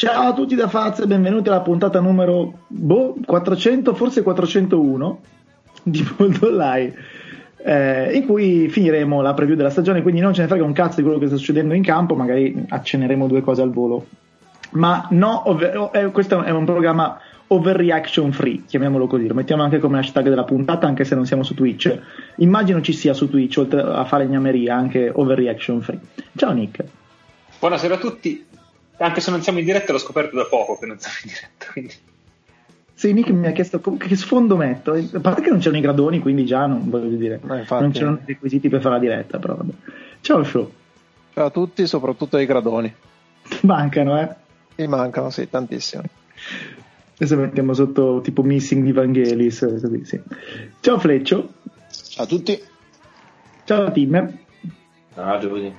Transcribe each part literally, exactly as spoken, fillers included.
Ciao a tutti da Faz e benvenuti alla puntata numero boh, quattrocento, forse quattrocentouno di Bold Online, eh, in cui finiremo la preview della stagione, quindi non ce ne frega un cazzo di quello che sta succedendo in campo, magari accenneremo due cose al volo. Ma no, over, eh, questo è un programma overreaction free, chiamiamolo così, lo mettiamo anche come hashtag della puntata, anche se non siamo su Twitch. Immagino ci sia su Twitch, oltre a fare gnameria, anche overreaction free. Ciao Nick. Buonasera a tutti. Anche se non siamo in diretta, l'ho scoperto da poco che non siamo in diretta, quindi. Sì, Nick mi ha chiesto che sfondo metto, a parte che non c'erano i gradoni, quindi già non voglio dire, no, non c'erano i requisiti per fare la diretta, però vabbè. Ciao Show. Ciao a tutti, soprattutto ai gradoni. Mancano, eh? Mi mancano, sì, tantissimi. Adesso mettiamo sotto tipo Missing di Vangelis, così, sì. Ciao Fleccio. Ciao a tutti. Ciao Tim. Ciao a tutti.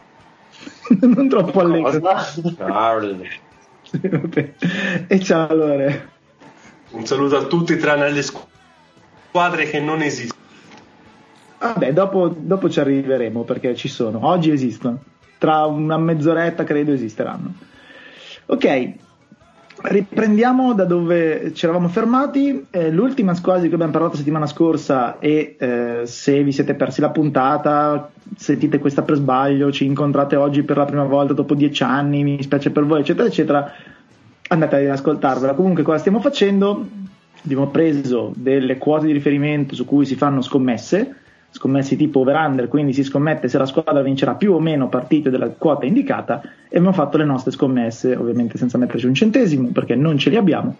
Non troppo allegro. Ciao. Sì, vabbè. E ciao allora. Un saluto a tutti tranne le squadre che non esistono. Vabbè, dopo, dopo ci arriveremo perché ci sono. Oggi esistono. Tra una mezz'oretta credo esisteranno. Ok, riprendiamo da dove ci eravamo fermati. Eh, l'ultima squadra di cui abbiamo parlato la settimana scorsa e eh, se vi siete persi la puntata, sentite questa per sbaglio, ci incontrate oggi per la prima volta dopo dieci anni, mi spiace per voi eccetera eccetera, andate ad ascoltarvela. Comunque cosa stiamo facendo? Abbiamo preso delle quote di riferimento su cui si fanno scommesse scommessi tipo over-under, quindi si scommette se la squadra vincerà più o meno partite della quota indicata, e abbiamo fatto le nostre scommesse, ovviamente senza metterci un centesimo perché non ce li abbiamo,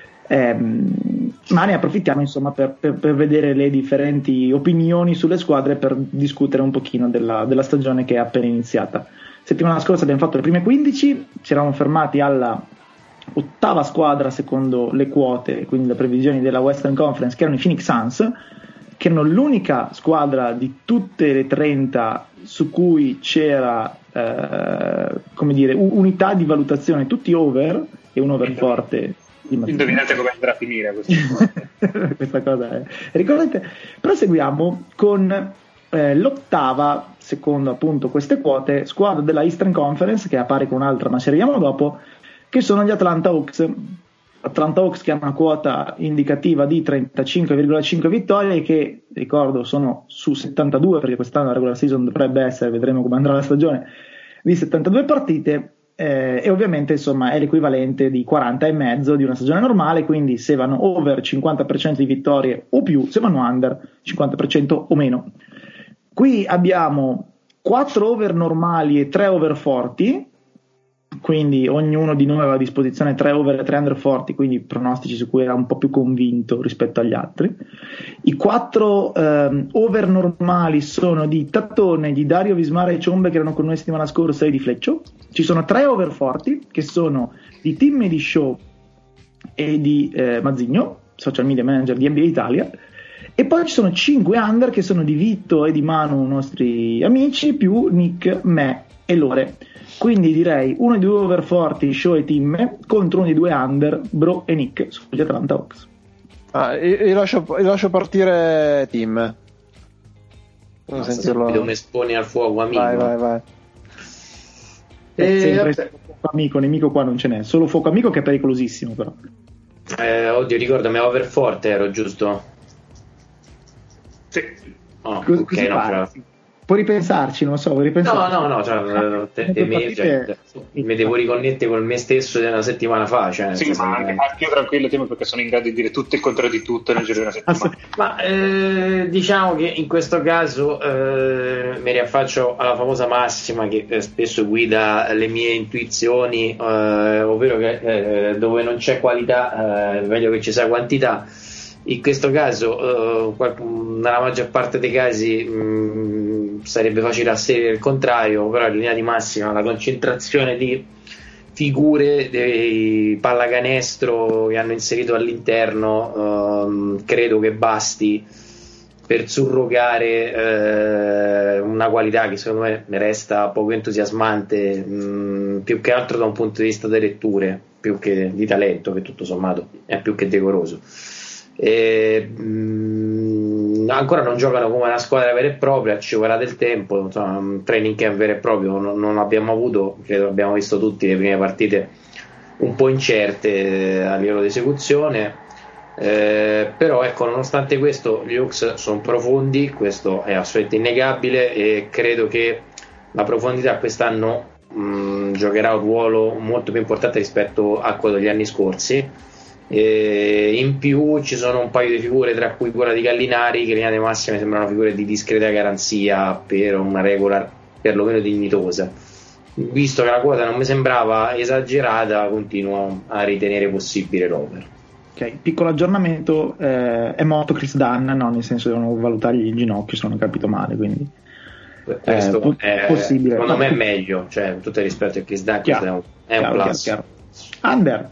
ehm, ma ne approfittiamo insomma per, per, per vedere le differenti opinioni sulle squadre, per discutere un pochino della, della stagione che è appena iniziata. Settimana scorsa abbiamo fatto le prime quindici, ci eravamo fermati alla ottava squadra secondo le quote, quindi le previsioni della Western Conference, che erano i Phoenix Suns, che erano l'unica squadra di tutte le trenta su cui c'era eh, come dire, unità di valutazione, tutti over e un over forte. Indovinate come andrà a finire questo. Questa cosa è. Ricordate, proseguiamo con eh, l'ottava, secondo appunto queste quote, squadra della Eastern Conference, che appare con un'altra ma ci arriviamo dopo, che sono gli Atlanta Hawks. Atlanta Hawks, che ha una quota indicativa di trentacinque virgola cinque vittorie, che ricordo sono su settantadue, perché quest'anno la regular season dovrebbe essere, vedremo come andrà la stagione, di settantadue partite, eh, e ovviamente insomma è l'equivalente di quaranta e mezzo di una stagione normale, quindi se vanno over cinquanta per cento di vittorie o più, se vanno under cinquanta per cento o meno. Qui abbiamo quattro over normali e tre over forti, quindi ognuno di noi aveva a disposizione tre over e tre under forti, quindi pronostici su cui era un po' più convinto rispetto agli altri. I quattro ehm, over normali sono di Tattone, di Dario Vismara e Ciombe, che erano con noi settimana scorsa, e di Fleccio. Ci sono tre over forti che sono di Tim e di Show e di eh, Mazzigno, social media manager di N B A Italia, e poi ci sono cinque under che sono di Vitto e di Manu, nostri amici, più Nick, me e Lore. Quindi direi uno di due over forti, Show e Tim, contro uno di due under, Bro e Nick, sugli Atlanta Hawks. Ah, io, io, lascio, io lascio partire Tim. Non sentirlo. Come esponi al fuoco, amico. Vai, vai, vai. E sempre fuoco amico, nemico qua non ce n'è, solo fuoco amico, che è pericolosissimo però. Eh, oddio, ricordami, over forte ero, giusto? Sì. Oh, Cos- ok, no, però... Puoi ripensarci, non lo so, vuoi ripensarci? No, no, no, cioè, te, te me, cioè, mi devo riconnettere con me stesso di una settimana fa. Cioè, sì, ma anche, anche io tranquillo, Timo, perché sono in grado di dire tutto il contrario di tutto nel giro di una settimana. Ma eh, diciamo che in questo caso eh, mi riaffaccio alla famosa massima che eh, spesso guida le mie intuizioni, eh, ovvero che eh, dove non c'è qualità è eh, meglio che ci sia quantità. In questo caso, eh, nella maggior parte dei casi mh, sarebbe facile asserire il contrario, però in linea di massima la concentrazione di figure dei pallacanestro che hanno inserito all'interno eh, credo che basti per surrogare eh, una qualità che secondo me mi resta poco entusiasmante, mh, più che altro da un punto di vista delle letture, più che di talento, che tutto sommato è più che decoroso. E, mh, ancora non giocano come una squadra vera e propria, ci vorrà del tempo, insomma, un training camp vero e proprio non, non abbiamo avuto, credo abbiamo visto tutti le prime partite un po' incerte a livello di esecuzione. Eh, però ecco, nonostante questo gli Hawks sono profondi, questo è assolutamente innegabile, e credo che la profondità quest'anno mh, giocherà un ruolo molto più importante rispetto a quello degli anni scorsi. E in più ci sono un paio di figure, tra cui quella di Gallinari, che in linea di massima sembrano figure di discreta garanzia per una regular perlomeno dignitosa. Visto che la quota non mi sembrava esagerata, continuo a ritenere possibile l'over. Ok, piccolo aggiornamento, eh, è morto Chris Dunn, no, nel senso devono valutargli il ginocchio, se non ho capito male, quindi questo eh, po- è possibile. Secondo no, me è meglio, cioè tutto il rispetto a Chris Dunn, chiaro, è un, è chiaro, un plus. Chiaro, chiaro. Under.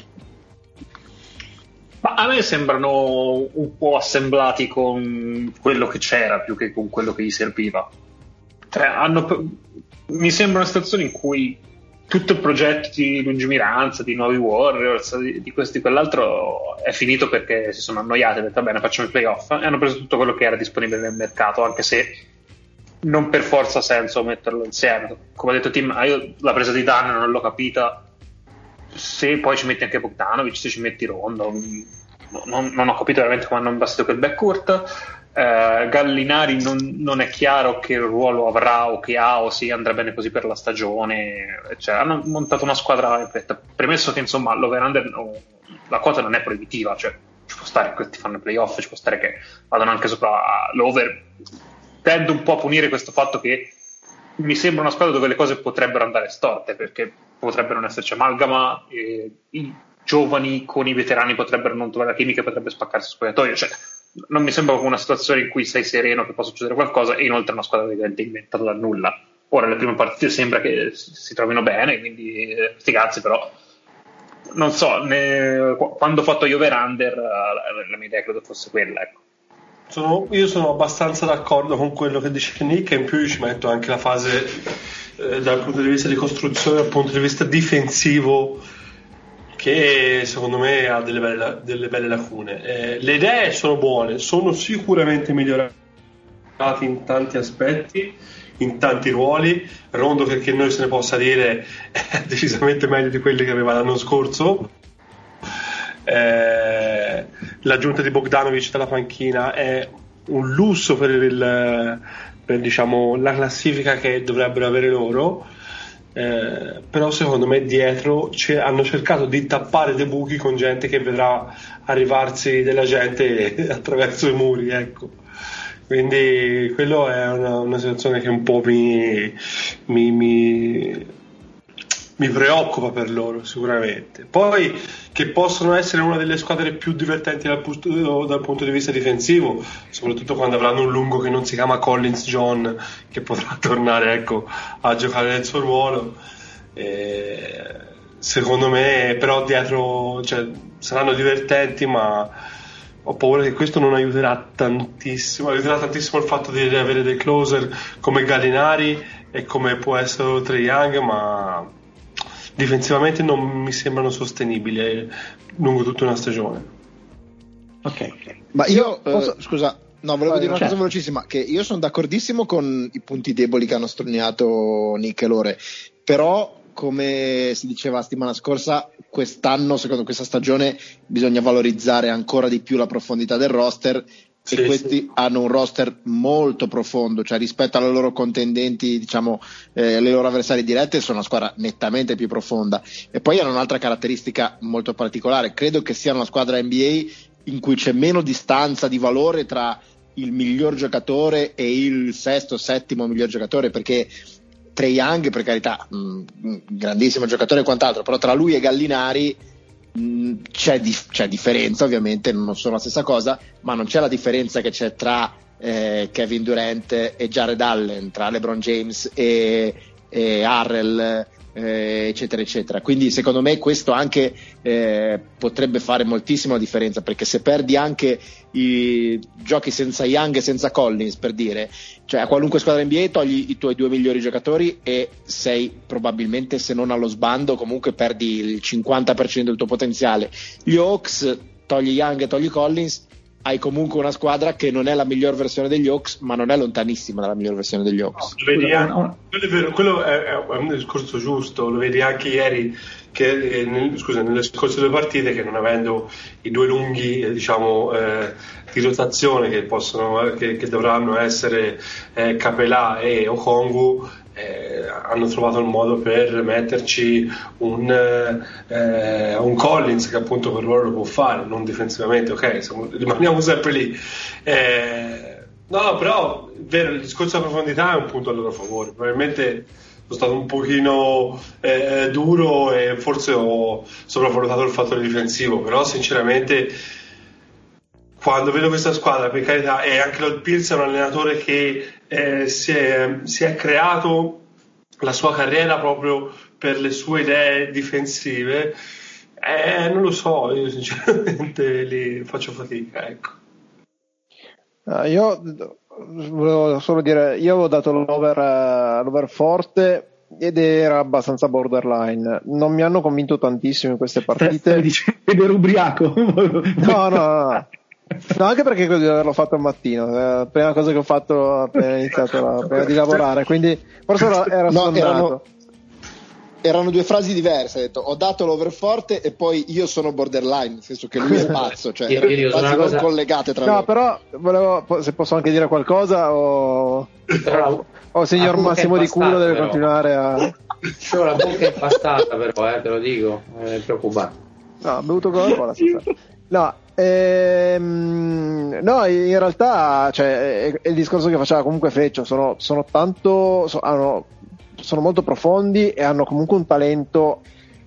Ma a me sembrano un po' assemblati con quello che c'era più che con quello che gli serviva. Cioè, hanno, mi sembra una situazione in cui tutto il progetto di lungimiranza, di nuovi Warriors, di, di questo e quell'altro è finito perché si sono annoiati, hanno detto bene, facciamo i playoff, e hanno preso tutto quello che era disponibile nel mercato, anche se non per forza ha senso metterlo insieme. Come ha detto Tim, io la presa di Dunn non l'ho capita. Se poi ci metti anche Bogdanovic, se ci metti Rondo, non, non ho capito veramente come hanno imbastito quel backcourt. Uh, Gallinari non, non è chiaro che ruolo avrà o che ha, o se andrà bene così per la stagione. Cioè, hanno montato una squadra in fretta, premesso che insomma l'over-under no, la quota non è proibitiva, cioè ci può stare che ti fanno i playoff, ci può stare che vadano anche sopra l'over. Tendo un po' a punire questo fatto che mi sembra una squadra dove le cose potrebbero andare storte, perché potrebbero non esserci amalgama, e i giovani con i veterani potrebbero non trovare la chimica, potrebbe spaccarsi il spogliatoio. Cioè, non mi sembra come una situazione in cui sei sereno che possa succedere qualcosa, e inoltre una squadra che diventa inventata dal nulla. Ora le prime partite sembra che si trovino bene, quindi eh, sti cazzi, però non so, ne, quando ho fatto io over-under la, la mia idea credo fosse quella, ecco. Sono, io sono abbastanza d'accordo con quello che dice Nick, e in più ci metto anche la fase eh, dal punto di vista di costruzione, dal punto di vista difensivo, che secondo me ha delle belle, delle belle lacune. Eh, le idee sono buone, sono sicuramente migliorate in tanti aspetti, in tanti ruoli. Rondo, che, che noi se ne possa dire, è decisamente meglio di quelli che aveva l'anno scorso. Eh, l'aggiunta di Bogdanovic dalla panchina è un lusso per, il, per diciamo, la classifica che dovrebbero avere loro. Eh, però secondo me dietro c- hanno cercato di tappare dei buchi con gente che vedrà arrivarsi della gente attraverso i muri, ecco. Quindi quello è una, una situazione che un po' mi, mi, mi, mi preoccupa per loro, sicuramente. Poi che possono essere una delle squadre più divertenti dal, pu- dal punto di vista difensivo, soprattutto quando avranno un lungo che non si chiama Collins John, che potrà tornare, ecco, a giocare nel suo ruolo. E secondo me però dietro, cioè, saranno divertenti, ma ho paura che questo non aiuterà tantissimo. Aiuterà tantissimo il fatto di avere dei closer come Gallinari e come può essere Trae Young, ma difensivamente non mi sembrano sostenibili lungo tutta una stagione. Ok, ma io posso... eh, scusa, no, volevo Vai, dire una certo. cosa velocissima, che io sono d'accordissimo con i punti deboli che hanno sottolineato Nick e Lore, però come si diceva la settimana scorsa, quest'anno, secondo questa stagione, bisogna valorizzare ancora di più la profondità del roster. Sì, e questi sì. hanno un roster molto profondo, cioè rispetto alle loro contendenti, diciamo, eh, alle loro avversari dirette, sono una squadra nettamente più profonda. E poi hanno un'altra caratteristica molto particolare: credo che sia una squadra N B A in cui c'è meno distanza di valore tra il miglior giocatore e il sesto, settimo miglior giocatore, perché Trae Young, per carità, mh, grandissimo giocatore e quant'altro, però tra lui e Gallinari C'è, dif- c'è differenza, ovviamente non sono la stessa cosa, ma non c'è la differenza che c'è tra eh, Kevin Durant e Jared Allen, tra LeBron James e, e Harrell, eh, eccetera eccetera. Quindi secondo me questo anche eh, potrebbe fare moltissima differenza, perché se perdi anche i giochi senza Young e senza Collins, per dire, cioè a qualunque squadra N B A togli i tuoi due migliori giocatori e sei probabilmente, se non allo sbando, comunque perdi il cinquanta per cento del tuo potenziale. Gli Hawks, togli Young e togli Collins, hai comunque una squadra che non è la miglior versione degli Hawks, ma non è lontanissima dalla miglior versione degli Hawks. No, vedi anche, quello, è vero, quello è, è un discorso giusto, lo vedi anche ieri, che, eh, nel, scusa, nelle scorse due partite, che non avendo i due lunghi eh, diciamo eh, di rotazione che possono che, che dovranno essere eh, Capelà e Okongwu, eh, hanno trovato il modo per metterci un, eh, un Collins che appunto per loro lo può fare, non difensivamente, ok, siamo, rimaniamo sempre lì. Eh, no, però vero, il discorso della profondità è un punto a loro favore. Probabilmente sono stato un pochino eh, duro e forse ho sopravvalutato il fattore difensivo, però sinceramente quando vedo questa squadra, per carità, e anche Lloyd Pierce è un allenatore che eh, si, è, si è creato la sua carriera proprio per le sue idee difensive, eh, non lo so, io sinceramente li faccio fatica, ecco. Uh, io volevo solo dire, io avevo dato l'over, uh, l'over forte ed era abbastanza borderline, non mi hanno convinto tantissimo in queste partite. Ed ero ubriaco. no, no, no. No, anche perché credo di averlo fatto al mattino, è la prima cosa che ho fatto appena iniziato la, prima di lavorare, quindi forse era, era no, sonnato. Erano, erano due frasi diverse, ha detto ho dato l'overforte e poi io sono borderline, nel senso che lui è pazzo, cioè io, io frasi non cosa... collegate tra no, loro. Però volevo, se posso anche dire qualcosa o, però, o il signor Massimo Di Culo deve però continuare a... C'ho la bocca impastata però, eh, te lo dico, è preoccupante. No, ho bevuto Coca-Cola. No, ehm, no, in realtà, cioè, è, è il discorso che faceva comunque Feccio, sono, sono tanto, so, hanno, sono molto profondi e hanno comunque un talento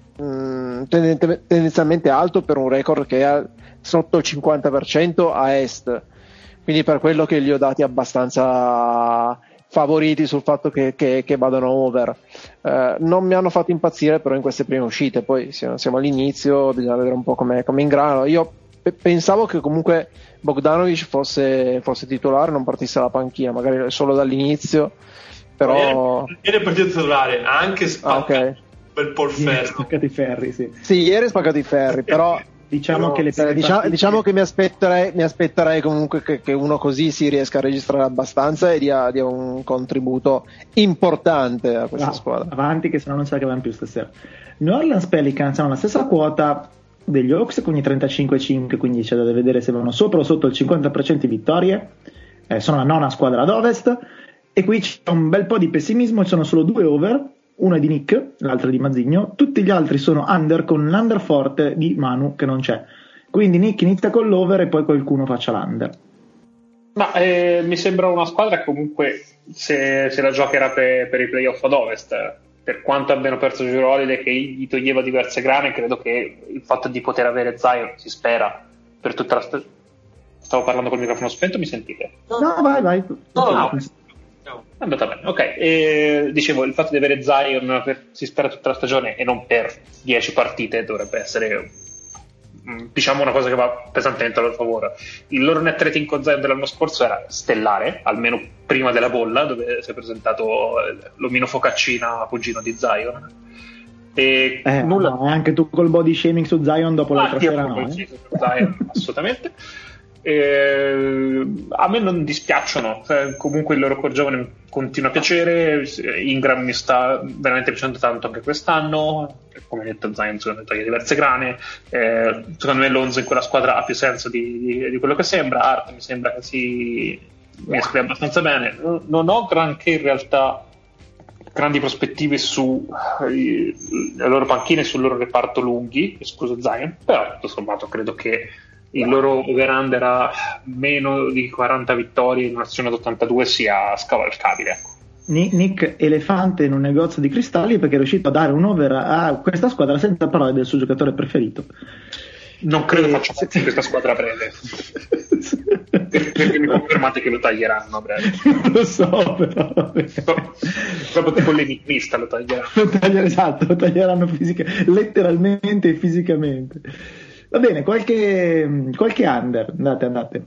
mh, tenden- tendenzialmente alto per un record che è sotto il cinquanta per cento a est, quindi per quello che li ho dati abbastanza favoriti sul fatto che, che, che vadano over. Eh, non mi hanno fatto impazzire però in queste prime uscite, poi siamo, siamo all'inizio, bisogna vedere un po' come ingrano. Io pe- pensavo che comunque Bogdanovic fosse, fosse titolare, non partisse alla panchina, magari solo dall'inizio, però ieri è partito titolare, ha anche spaccato ah, okay. per Polferro, spaccati i ferri, sì. Sì, ieri è spaccato i ferri, però diciamo no, che le eh, diciamo, diciamo che mi aspetterei, mi aspetterei comunque che, che uno così si riesca a registrare abbastanza e dia, dia un contributo importante a questa ah, squadra. Avanti, che se no non sa che vanno più stasera. New Orleans Pelicans hanno la stessa quota degli Hawks, quindi trentacinque virgola cinque, quindi c'è da vedere se vanno sopra o sotto il cinquanta per cento di vittorie. Eh, sono la nona squadra ad ovest e qui c'è un bel po' di pessimismo, ci sono solo due over. Uno è di Nick, l'altro è di Mazzigno, tutti gli altri sono under con l'under forte di Manu che non c'è. Quindi Nick inizia con l'over e poi qualcuno faccia l'under. Ma eh, mi sembra una squadra che comunque se, se la giocherà per, per i playoff ad ovest, per quanto abbiano perso Jrue Holiday che gli toglieva diverse grane, credo che il fatto di poter avere Zion, si spera, per tutta la stagione. Stavo parlando col microfono spento, mi sentite? No, vai, vai. No, no. È andata bene, ok. E, dicevo, il fatto di avere Zion per, si spera tutta la stagione e non per dieci partite dovrebbe essere, diciamo, una cosa che va pesantemente a loro favore. Il loro net rating con Zion dell'anno scorso era stellare, almeno prima della bolla, dove si è presentato l'omino focaccina cugino di Zion. E eh, nulla... no, anche tu col body shaming su Zion dopo ah, l'altra sera, no? Sì, su Zion, assolutamente. Eh, a me non dispiacciono, eh, comunque il loro core giovane continua a piacere. Ingram mi sta veramente piacendo tanto anche quest'anno, come detto Zion secondo me toglie diverse grane, eh, secondo me Lonzo in quella squadra ha più senso di, di, di quello che sembra. Art mi sembra che si mescoli abbastanza bene, non ho granché in realtà grandi prospettive su eh, le loro panchine e sul loro reparto lunghi, escluso Zion, però tutto sommato credo che il loro over-under a meno di quaranta vittorie in una stagione ad ottantadue sia scavalcabile. Nick elefante in un negozio di cristalli perché è riuscito a dare un over a questa squadra senza parlare del suo giocatore preferito. Non credo e faccia se... che questa squadra prende perché mi confermate che lo taglieranno a breve. Lo so, però proprio tipo l'enigmista lo taglieranno. Lo taglieranno, esatto, lo taglieranno fisica, letteralmente e fisicamente. Va bene, qualche, qualche under, andate, andate.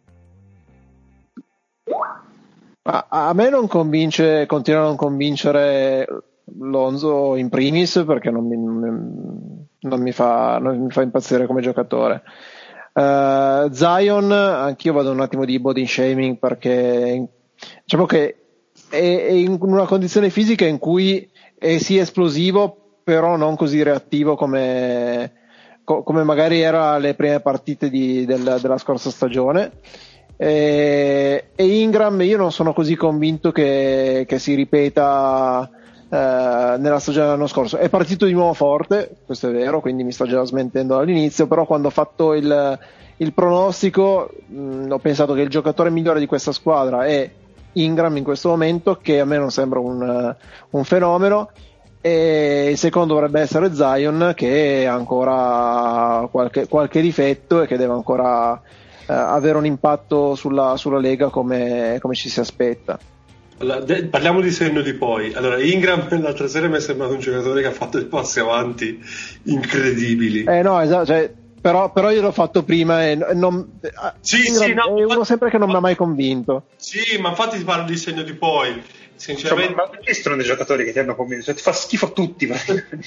A, a me non convince, continua a non convincere Lonzo in primis perché non mi, non mi, fa, non mi fa impazzire come giocatore. Uh, Zion, anch'io vado un attimo di body shaming, perché diciamo che è, è in una condizione fisica in cui è sì esplosivo, però non così reattivo come, co- come magari era le prime partite di, del, della scorsa stagione. E, e Ingram io non sono così convinto che, che si ripeta eh, nella stagione dell'anno scorso. È partito di nuovo forte, questo è vero, quindi mi sto già smentendo all'inizio, però quando ho fatto il, il pronostico mh, ho pensato che il giocatore migliore di questa squadra è Ingram in questo momento, che a me non sembra un, un fenomeno, e il secondo dovrebbe essere Zion, che ha ancora qualche, qualche difetto e che deve ancora eh, avere un impatto sulla, sulla Lega come, come ci si aspetta. Allora, de- parliamo di senno di poi. Allora, Ingram l'altra sera mi è sembrato un giocatore che ha fatto dei passi avanti incredibili. Eh no, esatto, cioè, però, però io l'ho fatto prima e non, sì, Ingram sì, no, è uno sempre che non mi ha mai convinto. Sì, ma infatti ti parlo di segno di poi. Sinceramente, insomma, ma questi sono dei giocatori che ti hanno convinto, cioè, ti fa schifo a tutti. No,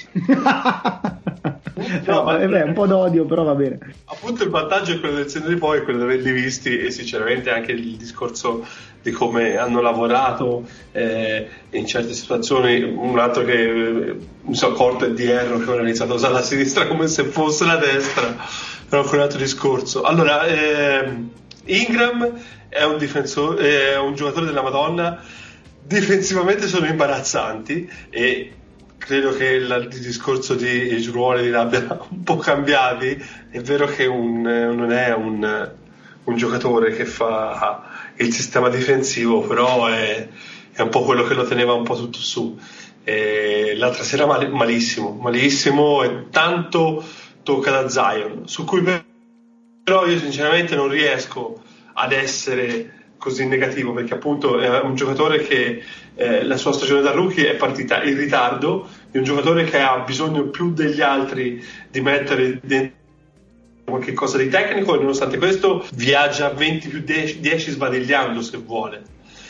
ma è un po' d'odio, però va bene. Appunto, il vantaggio è quello del segno di poi, è quello di averli visti, e sinceramente anche il discorso di come hanno lavorato eh, in certe situazioni. Un altro che eh, mi sono accorto è di Erro, che ora ha iniziato a usare la sinistra come se fosse la destra, però con un altro discorso. Allora, ehm, Ingram è un difensore, è un giocatore della Madonna. Difensivamente sono imbarazzanti, e credo che il, il discorso di Giroud li abbia un po' cambiati. È vero che un, non è un, un giocatore che fa il sistema difensivo, però è, è un po' quello che lo teneva un po' tutto su. E l'altra sera mal, malissimo, malissimo, e tanto tocca da Zion, su cui però io sinceramente non riesco ad essere così negativo, perché appunto è un giocatore che eh, la sua stagione da rookie è partita in ritardo, di un giocatore che ha bisogno più degli altri di mettere dentro qualche cosa di tecnico, e nonostante questo viaggia venti più dieci sbadigliando se vuole.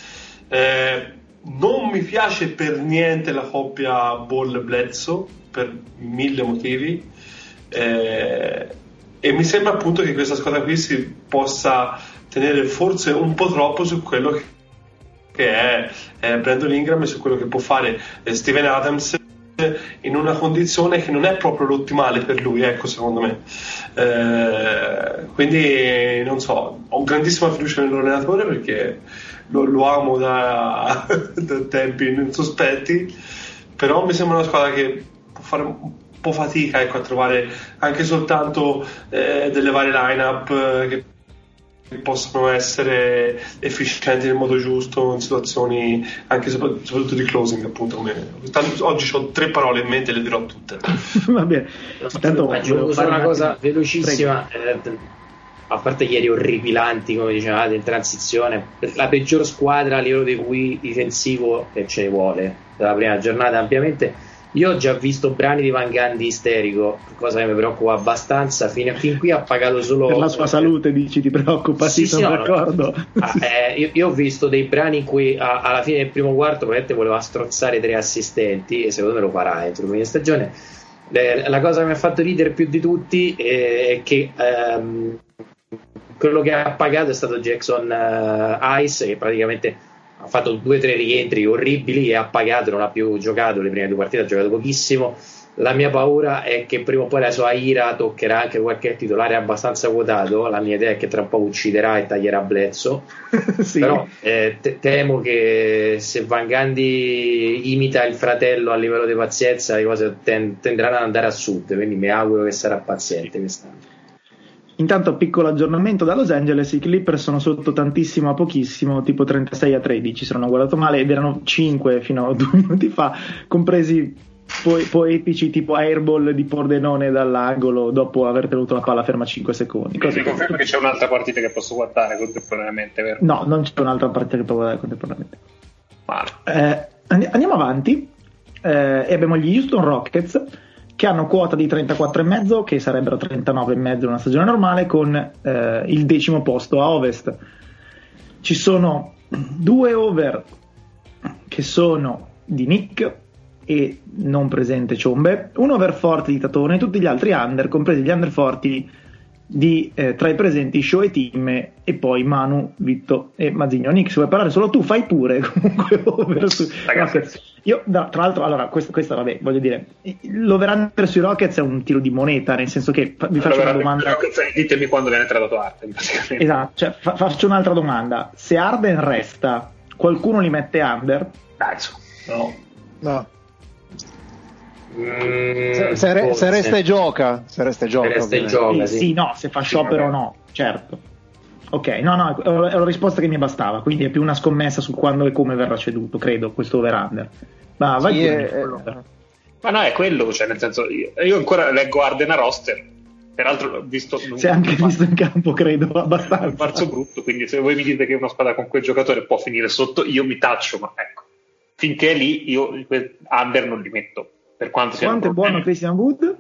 Eh, non mi piace per niente la coppia Ball-Bledsoe per mille motivi, eh, e mi sembra appunto che questa squadra qui si possa tenere forse un po' troppo su quello che, che è eh, Brandon Ingram, e su quello che può fare eh, Steven Adams, in una condizione che non è proprio l'ottimale per lui, ecco, secondo me. Eh, quindi non so, ho grandissima fiducia nell'allenatore, perché lo, lo amo da, da tempi non sospetti, però mi sembra una squadra che può fare un po' fatica, ecco, a trovare anche soltanto eh, delle varie line-up eh, che possono essere efficienti nel modo giusto in situazioni anche soprattutto di closing, appunto. Come tanto, oggi ho tre parole in mente e le dirò tutte. Va bene. Intanto aggiungo solo una cosa velocissima, eh, a parte ieri orripilanti come dicevate in transizione, la peggior squadra a livello di cui difensivo che ce ne vuole dalla prima giornata ampiamente. Io ho già visto brani di Van Gundy isterico, cosa che mi preoccupa abbastanza. Fino a fin qui ha pagato solo per la sua salute, dici, ti preoccupa? Sì, sì, sì, sono no, d'accordo. No. Ah, eh, io, io ho visto dei brani in cui a, alla fine del primo quarto probabilmente voleva strozzare tre assistenti, e secondo me lo farà entro il fine stagione. Eh, la cosa che mi ha fatto ridere più di tutti è che ehm, quello che ha pagato è stato Jackson uh, Ice, che praticamente ha fatto due o tre rientri orribili e ha pagato, non ha più giocato le prime due partite, ha giocato pochissimo. La mia paura è che prima o poi la sua ira toccherà anche qualche titolare abbastanza quotato. La mia idea è che tra un po' ucciderà e taglierà Bledsoe. Sì. Però eh, te- temo che se Van Gundy imita il fratello a livello di pazienza, le cose ten- tenderanno ad andare a sud, quindi mi auguro che sarà paziente quest'anno. Intanto, piccolo aggiornamento da Los Angeles: i Clippers sono sotto tantissimo a pochissimo, tipo trentasei a tredici, se non ho guardato male, ed erano cinque fino a due minuti fa, compresi po- poetici tipo airball di Pordenone dall'angolo dopo aver tenuto la palla ferma cinque secondi. Mi conferma che c'è un'altra partita che posso guardare contemporaneamente, vero? No, non c'è un'altra partita che posso guardare contemporaneamente. Eh, andiamo avanti eh, e abbiamo gli Houston Rockets, che hanno quota di trentaquattro virgola cinque, che sarebbero trentanove virgola cinque in una stagione normale, con eh, il decimo posto a ovest. Ci sono due over che sono di Nick e non presente Ciombe, un over forte di Tatone, e tutti gli altri under, compresi gli under forti di eh, tra i presenti Show e Team e poi Manu, Vitto e Mazzigno. Nick, se vuoi parlare solo tu, fai pure comunque over su Rockets. Io da, tra l'altro, allora questa, questa vabbè, voglio dire, l'over-under sui Rockets è un tiro di moneta, nel senso che fa, vi faccio una domanda. Rockets, ditemi quando viene tradato Harden, basicamente. Esatto, cioè, fa, faccio un'altra domanda: se Harden resta, qualcuno li mette under? Dai, su. No. No. Mm, Se, se, re, se resta e gioca, se resta e gioca, se resta e gioca, sì, sì. sì, no, se fa sciopero sì, no, certo. Ok, no, no, è la risposta che mi bastava, quindi è più una scommessa su quando e come verrà ceduto, credo, questo over-under. Ma vai sì, pure, è, è... Ma no, è quello, cioè nel senso, io, io ancora leggo Harden a roster, peraltro l'ho visto... Si è anche visto in campo, credo, abbastanza. Un parzo brutto, quindi se voi mi dite che una squadra con quel giocatore può finire sotto, io mi taccio, ma ecco, finché è lì io under non li metto. Per quanto sia quanto è buono Christian Wood?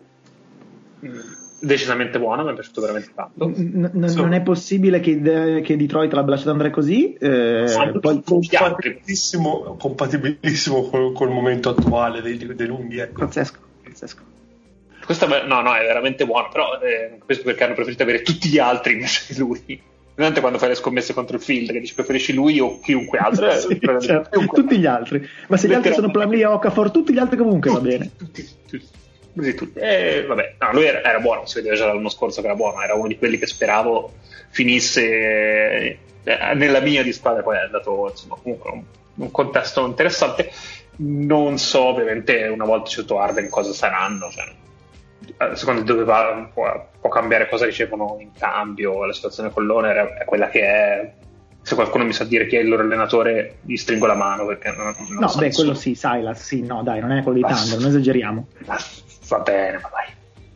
Decisamente buono, mi è piaciuto veramente tanto. N- n- non è possibile che, de- che Detroit l'abbia lasciato andare così. Eh, poi compatibilissimo, compatibilissimo col, col momento attuale dei, dei lunghi. Ecco. Pazzesco, pazzesco. Questo no, no, è veramente buono, però eh, non capisco perché hanno preferito avere tutti gli altri invece di lui. Veramente quando fai le scommesse contro il field, che dici preferisci lui o chiunque altro. Sì, eh, certo. Chiunque. Tutti gli altri. Ma se gli altri sono Plumlee e Okafor, tutti gli altri comunque tutti, va bene. Tutti, tutti. Così tutti. Eh, vabbè, no, lui era, era buono, si vedeva già l'anno scorso che era buono, era uno di quelli che speravo finisse eh, nella mia di squadra, poi è andato insomma comunque un, un contesto interessante. Non so ovviamente una volta scelto Harden cosa saranno, cioè, secondo dove va può, può cambiare cosa ricevono in cambio. La situazione con l'Owner è, è quella che è. Se qualcuno mi sa dire chi è il loro allenatore, gli stringo la mano perché non, non no, so beh, nessuno. quello sì, Silas, sì, no, dai, non è quello di Thunder, non esageriamo. Va bene, ma dai.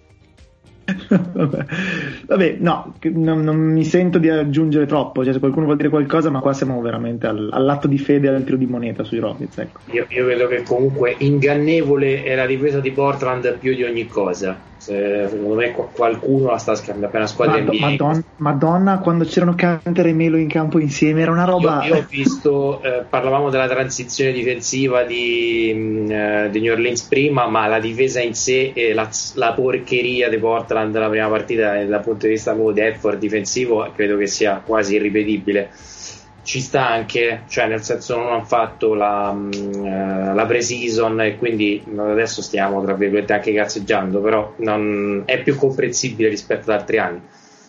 Vabbè. Vabbè, no, non, non mi sento di aggiungere troppo, cioè se qualcuno vuol dire qualcosa, ma qua siamo veramente al, all'atto di fede al tiro di moneta sui Rockets, ecco. Io, io vedo che comunque ingannevole è la difesa di Portland più di ogni cosa. Se, secondo me qualcuno la sta scambiando per una squadra Madonna, N B A. Madonna, Madonna, quando c'erano Canter e Melo in campo insieme era una roba. Io, io ho visto, eh, parlavamo della transizione difensiva di, mh, di New Orleans prima, ma la difesa in sé e la, la porcheria di Portland della prima partita dal punto di vista di effort difensivo credo che sia quasi irripetibile. Ci sta anche, cioè nel senso non hanno fatto la, uh, la pre-season e quindi adesso stiamo tra virgolette anche cazzeggiando, però non, è più comprensibile rispetto ad altri anni.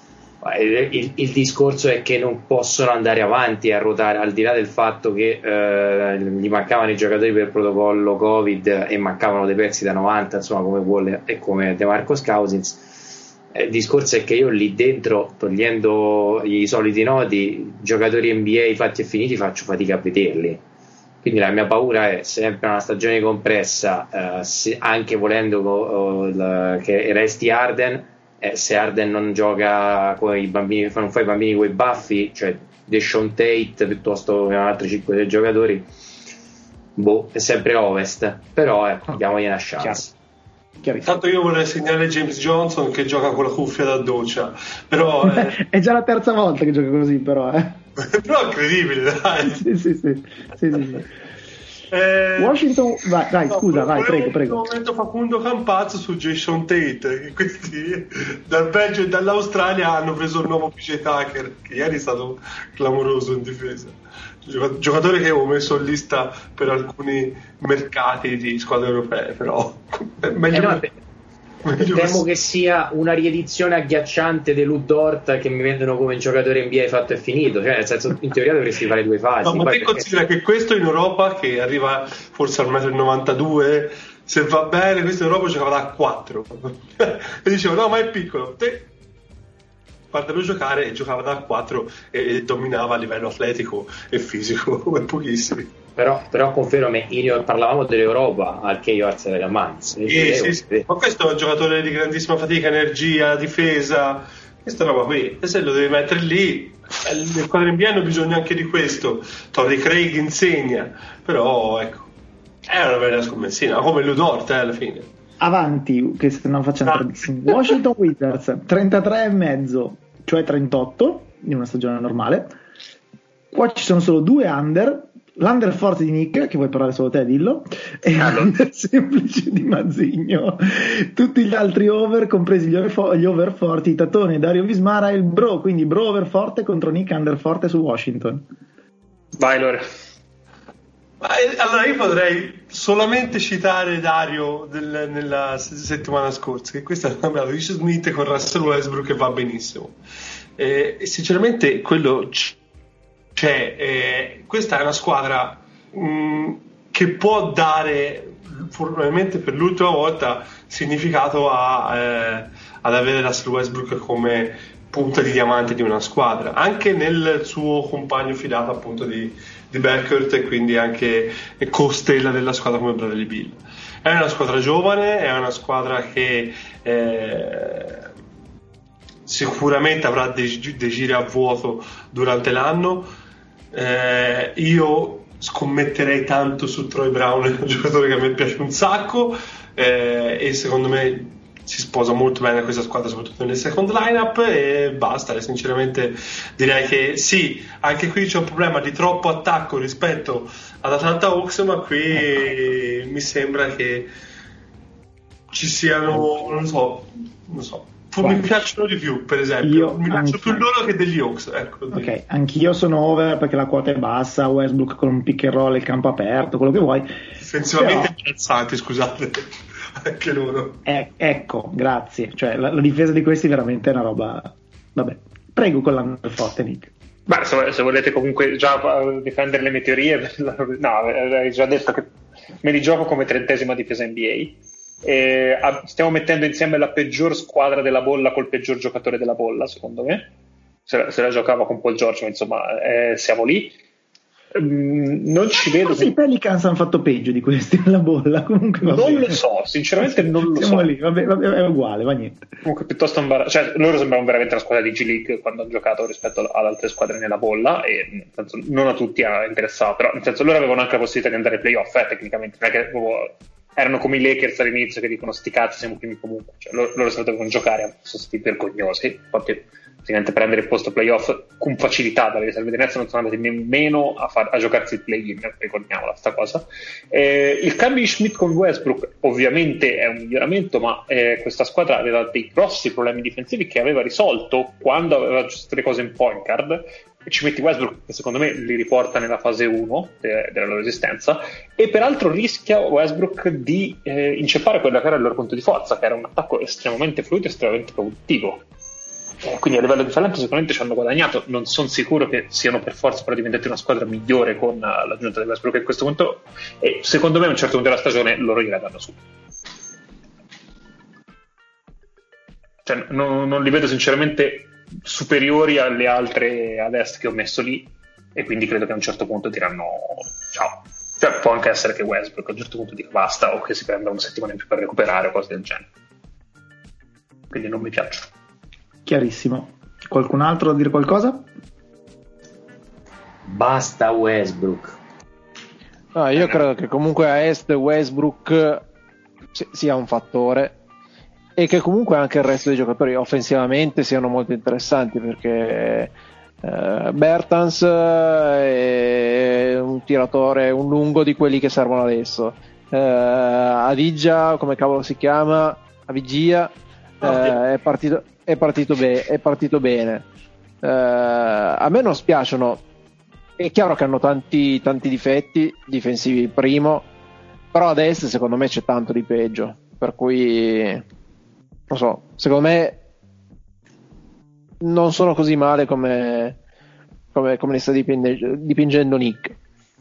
Il, il, il discorso è che non possono andare avanti a ruotare, al di là del fatto che uh, gli mancavano i giocatori per protocollo Covid e mancavano dei pezzi da novanta, insomma come Wall e come DeMarcus Cousins. Il discorso è che io lì dentro, togliendo i soliti noti, giocatori N B A fatti e finiti, faccio fatica a vederli. Quindi la mia paura è sempre una stagione compressa, eh, se, anche volendo oh, la, che resti Harden, eh, se Harden non gioca con i bambini, non fa i bambini con i baffi, cioè Deshaun Tate piuttosto che altri cinque sei giocatori, boh, è sempre Ovest, però ecco, diamogli una chance. Intanto io vorrei segnalare James Johnson che gioca con la cuffia da doccia, però eh... è già la terza volta che gioca così, però eh. però è incredibile, dai. sì, sì, sì, sì, sì, sì. Eh... Washington, vai, vai no, scusa, vai, prego, prego. In questo momento Facundo Campazzo su Jason Tate, che questi dal Belgio e dall'Australia hanno preso il nuovo P J Tucker, che ieri è stato clamoroso in difesa. Giocatore che avevo messo in lista per alcuni mercati di squadre europee, però è meglio, eh no, meglio temo che sia una riedizione agghiacciante dell'Udort che mi vendono come un giocatore N B A fatto e finito, cioè nel senso in teoria dovresti fare due fasi. No, ma te considera che questo in Europa che arriva forse al metro e novantadue, se va bene questo in Europa giocava da quattro e dicevo no ma è piccolo, te guardalo giocare e giocava da quattro e, e dominava a livello atletico e fisico come pochissimi. Però, però confermo, io parlavamo dell'Europa al Chaos della Mainz. Sì, sì, sì. Ma questo è un giocatore di grandissima fatica, energia, difesa, questa roba qui. E se lo devi mettere lì, le squadre N B A hanno bisogno anche di questo. Torrey Craig insegna, però ecco, è una bella scommessina, come Ludort eh, alla fine. Avanti, che se non facciamo ah. tardissimo. Washington Wizards trentatré e mezzo, cioè trentotto in una stagione normale. Qua ci sono solo due under l'under forte di Nick, che vuoi parlare solo te, dillo, e allora. l'under semplice di Mazzigno. Tutti gli altri over, compresi gli over, fo- gli over forti, Tatone, Dario Vismara e il bro, quindi bro over forte contro Nick under forte su Washington. Vai Lore. Allora io potrei solamente citare Dario del, nella settimana scorsa, che questa è una Luis Smith con Russell Westbrook che va benissimo, e, e sinceramente quello c'è, eh, questa è una squadra mh, che può dare probabilmente per l'ultima volta significato a, eh, ad avere Russell Westbrook come punta di diamante di una squadra, anche nel suo compagno fidato appunto di, di Beckert, e quindi anche costella della squadra come Bradley Beal. È una squadra giovane, è una squadra che eh, sicuramente avrà dei, dei giri a vuoto durante l'anno. Eh, io scommetterei tanto su Troy Brown, un giocatore che a me piace un sacco, eh, e secondo me si sposa molto bene questa squadra, soprattutto nel second lineup, e basta. E sinceramente direi che sì, anche qui c'è un problema di troppo attacco rispetto ad Atlanta Hawks, ma qui ecco. mi sembra che ci siano, non so, non so. Mi piacciono di più, per esempio. Io mi piacciono più loro che degli Hawks. Ecco, ok, anch'io sono over perché la quota è bassa. Westbrook con un pick and roll, il campo aperto, quello che vuoi. Difensivamente imbarazzanti, scusate, anche loro. Eh, ecco, grazie. Cioè, la, la difesa di questi veramente è una roba. Vabbè, prego con l'under forte, Nick. Beh, se, se volete comunque già difendere le mie teorie, no, hai già detto che me li gioco come trentesima difesa N B A. E stiamo mettendo insieme la peggior squadra della bolla col peggior giocatore della bolla, secondo me. Se la, se la giocava con Paul George, ma insomma, eh, siamo lì. Mm, non ci vedo. Forse i Pelicans hanno fatto peggio di questi nella bolla. Comunque non bene. Lo so, sinceramente non lo siamo so. Lì, vabbè, vabbè, è uguale, va niente. Comunque, piuttosto imbar- cioè, loro sembravano veramente una squadra di G League quando hanno giocato rispetto ad altre squadre nella bolla, e nel senso, non a tutti ha interessato, però nel senso loro avevano anche la possibilità di andare ai playoff, eh, tecnicamente, non è che proprio erano come i Lakers all'inizio che dicono sti cazzi siamo primi comunque, cioè, loro, loro se lo dovevano giocare, sono stati vergognosi, infatti praticamente prendere il posto playoff con facilità, dalle riserve di Nets non sono andati nemmeno a, far, a giocarsi il play-in, ricordiamola sta cosa. Eh, il cambio di Schmidt con Westbrook ovviamente è un miglioramento, ma eh, questa squadra aveva dei grossi problemi difensivi che aveva risolto quando aveva aggiustato le cose in point guard, e ci metti Westbrook che secondo me li riporta nella fase uno de- della loro esistenza, e peraltro rischia Westbrook di eh, inceppare quello che era il loro punto di forza, che era un attacco estremamente fluido e estremamente produttivo. Eh, quindi a livello di talento sicuramente ci hanno guadagnato. Non sono sicuro che siano per forza però diventati una squadra migliore con uh, l'aggiunta di Westbrook a questo punto, e secondo me a un certo punto della stagione loro gliela danno su. Cioè, non, non li vedo sinceramente superiori alle altre ad est che ho messo lì, e quindi credo che a un certo punto diranno ciao. Cioè, può anche essere che Westbrook a un certo punto dica basta, o che si prenda una settimana in più per recuperare o cose del genere. Quindi non mi piacciono. Chiarissimo. Qualcun altro da dire qualcosa? Basta Westbrook. No, io credo che comunque a est Westbrook sia un fattore, e che comunque anche il resto dei giocatori offensivamente siano molto interessanti, perché eh, Bertans è un tiratore, un lungo di quelli che servono adesso. eh, Avigia, come cavolo si chiama, Avigia, eh, è partito è partito, be- è partito bene. eh, a me non spiacciono, è chiaro che hanno tanti, tanti difetti difensivi, primo, però ad est secondo me c'è tanto di peggio, per cui non so, secondo me non sono così male come come, come ne sta dipinge- dipingendo Nick.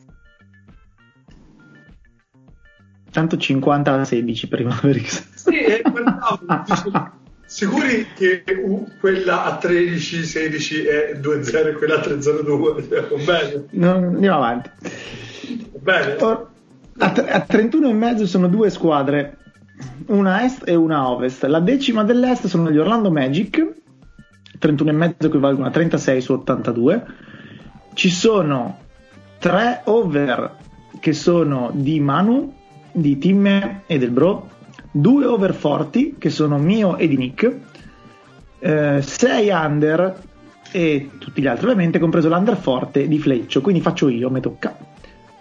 centocinquanta a sedici per i Mavericks. Sì, è sicuri che uh, quella a tredici sedici è due zero e quella a tre zero due? Bene. Non, andiamo avanti. Bene. Or, a, a trentuno e mezzo sono due squadre, una est e una ovest. La decima dell'est sono gli Orlando Magic, trentuno e mezzo equivalgono a trentasei su ottantadue. Ci sono tre over che sono di Manu, di Timme e del Bro, due over forti che sono mio e di Nick, eh, sei under e tutti gli altri ovviamente, compreso l'under forte di Fleccio, quindi faccio io, mi tocca.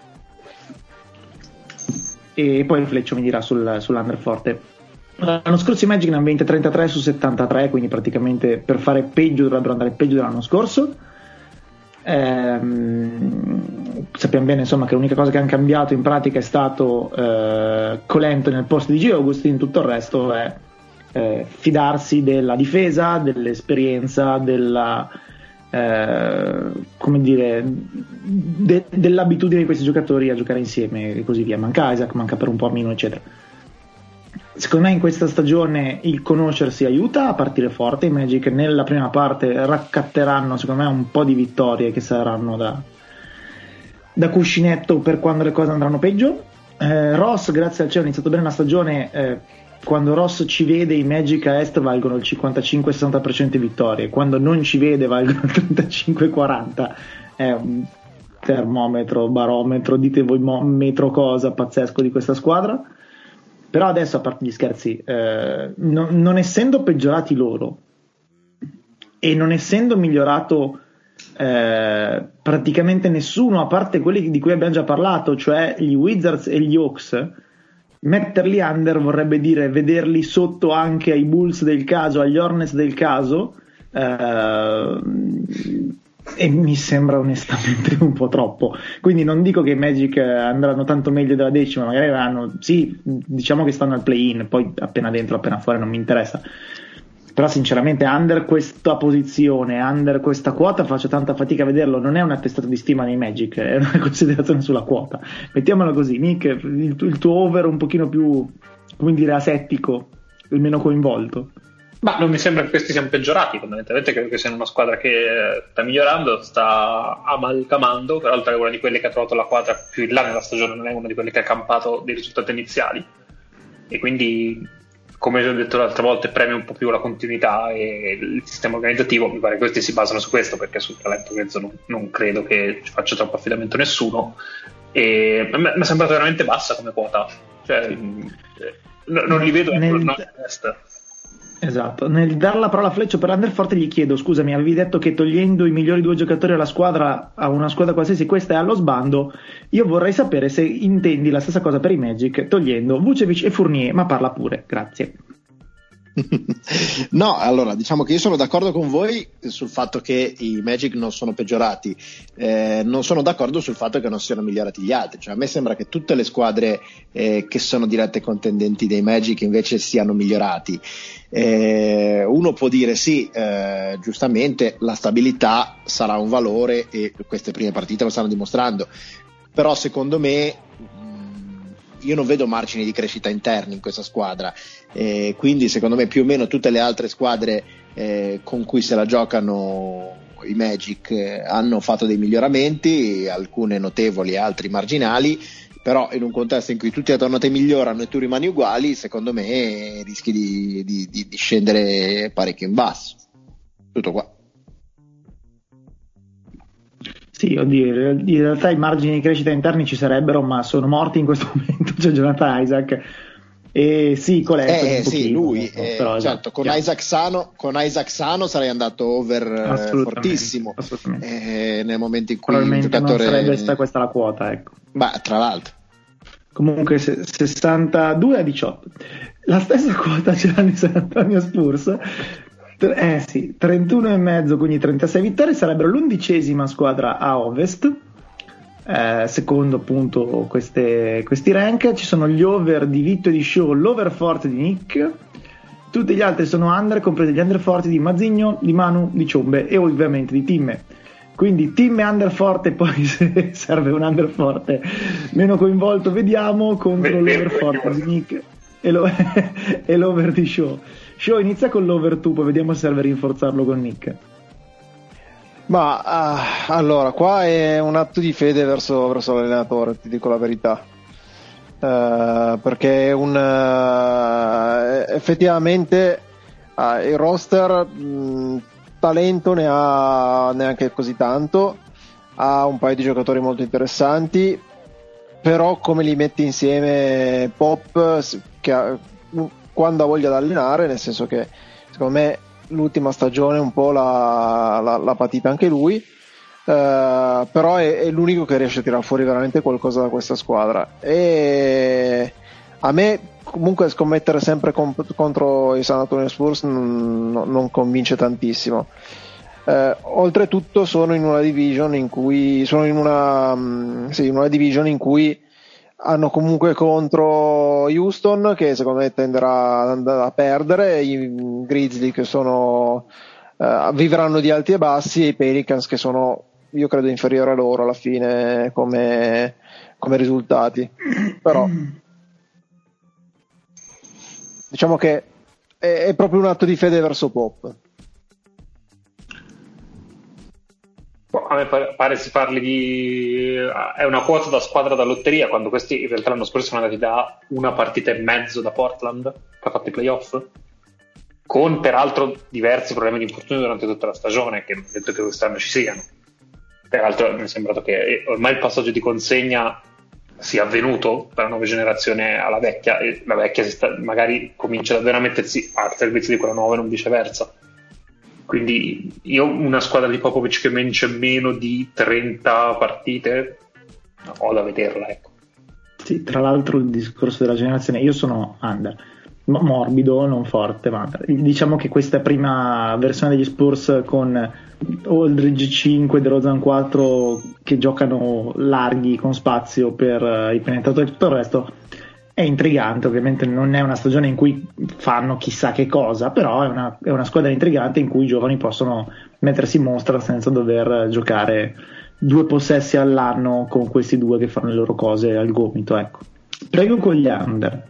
e poi Fleccio mi dirà sul, sull'Underforte. L'anno scorso i Magic ne hanno vinte trentatré su settantatré, quindi praticamente per fare peggio dovrebbero andare peggio dell'anno scorso. Ehm, sappiamo bene insomma che l'unica cosa che hanno cambiato in pratica è stato eh, Colento nel posto di G. Augustin, tutto il resto è eh, fidarsi della difesa, dell'esperienza, della eh, come dire de- dell'abitudine di questi giocatori a giocare insieme e così via. Manca Isaac, manca per un po' Mino, eccetera. Secondo me in questa stagione il conoscersi aiuta a partire forte. I Magic nella prima parte raccatteranno secondo me un po' di vittorie che saranno da, da cuscinetto per quando le cose andranno peggio. eh, Ross, grazie al cielo, ha iniziato bene la stagione. eh, quando Ross ci vede i Magic a Est valgono il cinquantacinque sessanta per cento di vittorie, quando non ci vede valgono il trentacinque quaranta. È un termometro, barometro, dite voi mo- metro cosa pazzesco di questa squadra. Però adesso, a parte gli scherzi, eh, no, non essendo peggiorati loro e non essendo migliorato eh, praticamente nessuno, a parte quelli di cui abbiamo già parlato, cioè gli Wizards e gli Hawks, metterli under vorrebbe dire vederli sotto anche ai Bulls del caso, agli Hornets del caso, eh, e mi sembra onestamente un po' troppo. Quindi non dico che i Magic andranno tanto meglio della decima, magari vanno, sì, diciamo che stanno al play-in, poi appena dentro appena fuori non mi interessa, però sinceramente under questa posizione, under questa quota faccio tanta fatica a vederlo. Non è un attestato di stima nei Magic, è una considerazione sulla quota, mettiamolo così. Nick, il, il tuo over un pochino più, come dire, asettico, il meno coinvolto. Ma non mi sembra che questi siano peggiorati, fondamentalmente credo che siano una squadra che sta migliorando, sta amalgamando, peraltro è una di quelle che ha trovato la quadra più in là nella stagione, non è una di quelle che ha campato dei risultati iniziali, e quindi, come ho detto l'altra volta, premia un po' più la continuità e il sistema organizzativo. Mi pare che questi si basano su questo, perché sul talento mezzo non, non credo che ci faccia troppo affidamento nessuno, e mi è sembrato veramente bassa come quota, cioè non, non li vedo Nel... non in testa. Esatto, nel dare la parola a Fleccio per Underforte gli chiedo: scusami, avevi detto che togliendo i migliori due giocatori alla squadra, a una squadra qualsiasi, questa è allo sbando. Io vorrei sapere se intendi la stessa cosa per i Magic, togliendo Vucevic e Fournier, ma parla pure, grazie. No, allora diciamo che io sono d'accordo con voi sul fatto che i Magic non sono peggiorati, eh, non sono d'accordo sul fatto che non siano migliorati gli altri. Cioè, a me sembra che tutte le squadre eh, che sono dirette contendenti dei Magic invece siano migliorati. Eh, uno può dire sì, eh, giustamente la stabilità sarà un valore e queste prime partite lo stanno dimostrando, però secondo me io non vedo margini di crescita interni in questa squadra, eh, quindi secondo me più o meno tutte le altre squadre eh, con cui se la giocano i Magic eh, hanno fatto dei miglioramenti, alcune notevoli e altri marginali, però in un contesto in cui tutti attorno a te migliorano e tu rimani uguali, secondo me rischi di, di, di, di scendere parecchio in basso. Tutto qua. Sì, oddio, in realtà i margini di crescita interni ci sarebbero, ma sono morti in questo momento. C'è Jonathan Isaac e sì, Colento eh, un pochino, sì, lui eh, però, certo, con Isaac sano con Isaac sano sarei andato over assolutamente, fortissimo assolutamente. Eh, nel momento in cui probabilmente un giocatore... non sarebbe stata questa la quota, ecco. Ma tra l'altro comunque se, sessantadue a diciotto, la stessa quota ce l'hanno i San Antonio Spurs. Eh sì, trentuno e mezzo, quindi trentasei vittorie, sarebbero l'undicesima squadra a Ovest, eh, secondo appunto queste, questi rank. Ci sono gli over di Vitto e di Show, l'over forte di Nick, tutti gli altri sono under, compresi gli under forti di Mazzigno, di Manu, di Ciombe e ovviamente di Timme. Quindi Timme under forte, poi se serve un under forte meno coinvolto vediamo, contro l'over forte di Nick e, lo, e l'over di Show. Show, inizia con l'over tu, poi vediamo se serve rinforzarlo con Nick. Ma uh, allora, qua è un atto di fede verso, verso l'allenatore, ti dico la verità. Uh, perché un, uh, effettivamente uh, il roster mh, talento ne ha neanche così tanto, ha un paio di giocatori molto interessanti, però come li metti insieme Pop, che ha, quando ha voglia di allenare, nel senso che secondo me l'ultima stagione un po' l'ha, l'ha, l'ha patita anche lui, Uh, però è, è l'unico che riesce a tirare fuori veramente qualcosa da questa squadra, e a me comunque scommettere sempre com- contro i San Antonio Spurs non, non convince tantissimo. Uh, oltretutto sono in una division in cui sono in una, um, sì, in una division in cui hanno comunque contro Houston, che secondo me tenderà ad andare a perdere, i Grizzly che sono uh, vivranno di alti e bassi, e i Pelicans che sono, io credo, inferiore a loro alla fine come, come risultati. Però diciamo che è, è proprio un atto di fede verso Pop. A me pare, pare si parli di è una quota da squadra da lotteria, quando questi in realtà l'anno scorso sono andati da una partita e mezzo da Portland, che ha fatto i playoff, con peraltro diversi problemi di infortunio durante tutta la stagione, che non è detto che quest'anno ci siano. Peraltro mi è sembrato che ormai il passaggio di consegna sia avvenuto per la nuova generazione alla vecchia, e la vecchia si sta, magari comincia davvero a mettersi al servizio di quella nuova e non viceversa. Quindi io una squadra di Popovic che vince meno di trenta partite ho da vederla, ecco. Sì, tra l'altro il discorso della generazione, io sono under, morbido, non forte, ma diciamo che questa prima versione degli Spurs con Aldridge cinque, DeRozan quattro che giocano larghi con spazio per i penetratori e tutto il resto è intrigante. Ovviamente non è una stagione in cui fanno chissà che cosa, però è una, è una squadra intrigante in cui i giovani possono mettersi in mostra senza dover giocare due possessi all'anno con questi due che fanno le loro cose al gomito, ecco. Prego con gli under.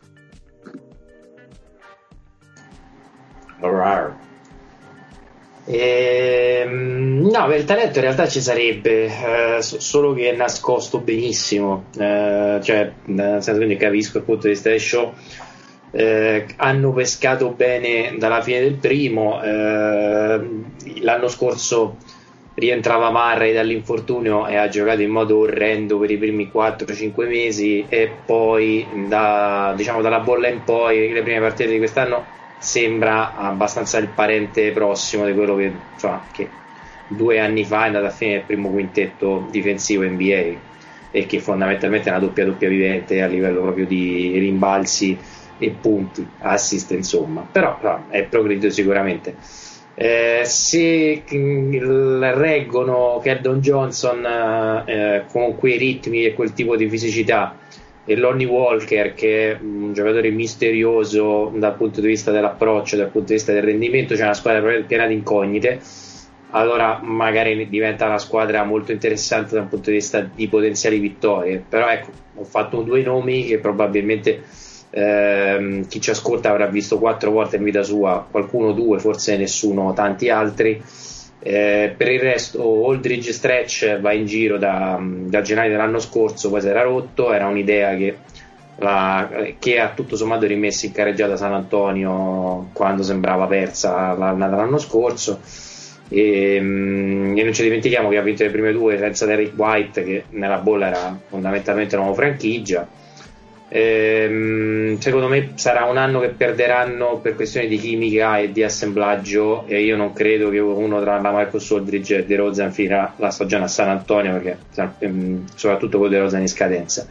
Ehm, no, beh, il talento in realtà ci sarebbe, eh, solo che è nascosto benissimo, eh, cioè nel senso, quindi capisco il punto di vista del show. Eh, hanno pescato bene dalla fine del primo, eh, l'anno scorso rientrava Murray dall'infortunio e ha giocato in modo orrendo per i primi quattro cinque mesi, e poi da, diciamo dalla bolla in poi le prime partite di quest'anno sembra abbastanza il parente prossimo di quello che, insomma, che due anni fa è andato a finire il primo quintetto difensivo N B A, e che fondamentalmente è una doppia doppia vivente a livello proprio di rimbalzi e punti, assist, insomma. Però, però è progredito sicuramente. Eh, se mh, reggono Keldon Johnson eh, con quei ritmi e quel tipo di fisicità, e Lonnie Walker, che è un giocatore misterioso dal punto di vista dell'approccio, dal punto di vista del rendimento, c'è una squadra piena di incognite, allora magari diventa una squadra molto interessante dal punto di vista di potenziali vittorie. Però ecco, ho fatto due nomi che probabilmente ehm, chi ci ascolta avrà visto quattro volte in vita sua, qualcuno due, forse nessuno tanti altri. Eh, per il resto Aldridge Stretch va in giro da, da gennaio dell'anno scorso, poi si era rotto, era un'idea che, la, che ha tutto sommato rimesso in carreggiata San Antonio quando sembrava persa l'annata dell'anno scorso, e, e non ci dimentichiamo che ha vinto le prime due senza Derrick White, che nella bolla era fondamentalmente una nuova franchigia. Ehm, secondo me sarà un anno che perderanno per questioni di chimica e di assemblaggio, e io non credo che uno tra la Marcus Aldridge e DeRozan finirà la stagione a San Antonio, perché ehm, soprattutto con DeRozan in scadenza.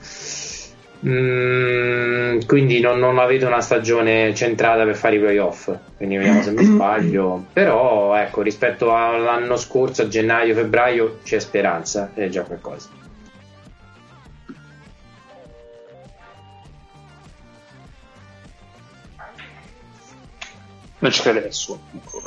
Mm, quindi non, non avete una stagione centrata per fare i playoff, quindi vediamo se mi sbaglio. Però ecco, rispetto all'anno scorso, a gennaio-febbraio, c'è speranza, è già qualcosa. Non ci crede nessuno ancora.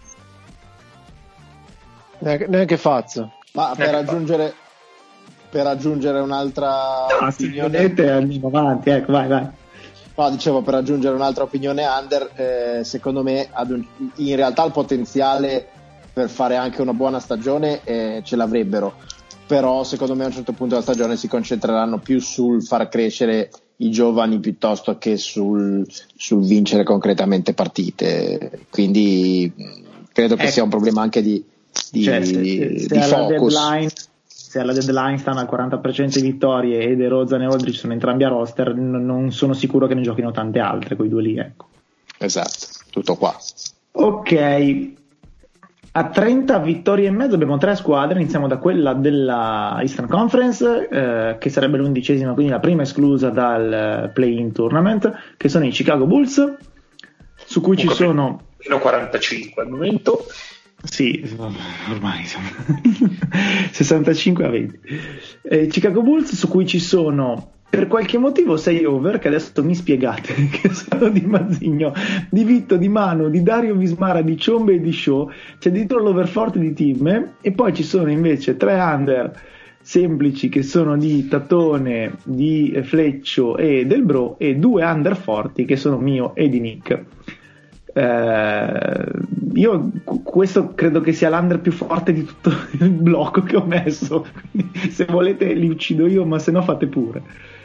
Neanche, neanche Fazio. Ma per aggiungere, per aggiungere un'altra no, opinione, sì, andiamo avanti, ecco, vai, vai. No, dicevo, per aggiungere un'altra opinione under, eh, secondo me ad un, in realtà il potenziale per fare anche una buona stagione eh, ce l'avrebbero, però secondo me a un certo punto della stagione si concentreranno più sul far crescere i giovani piuttosto che sul, sul vincere concretamente partite, quindi credo che ecco, sia un problema anche di, di, cioè, se, di, se di focus. Deadline, se alla deadline stanno al quaranta per cento di vittorie e DeRozan e Aldridge sono entrambi a roster, n- non sono sicuro che ne giochino tante altre quei due lì, ecco. Esatto, tutto qua. Ok, A trenta vittorie e mezzo abbiamo tre squadre, iniziamo da quella della Eastern Conference, eh, che sarebbe l'undicesima, quindi la prima esclusa dal play-in tournament, che sono i Chicago Bulls, su cui Un ci sono... Fino a quarantacinque al momento. Sì, ormai siamo sessantacinque a venti. Eh, Chicago Bulls, su cui ci sono per qualche motivo sei over, che adesso mi spiegate, che sono di Mazzigno, di Vitto, di Manu, di Dario Vismara, di Ciombe e di Show. C'è dietro l'overforte di Tim, e poi ci sono invece tre under semplici che sono di Tatone, di Fleccio e del Bro, e due under forti che sono mio e di Nick. Eh, io questo credo che sia l'under più forte di tutto il blocco che ho messo, quindi se volete li uccido io, ma se no fate pure.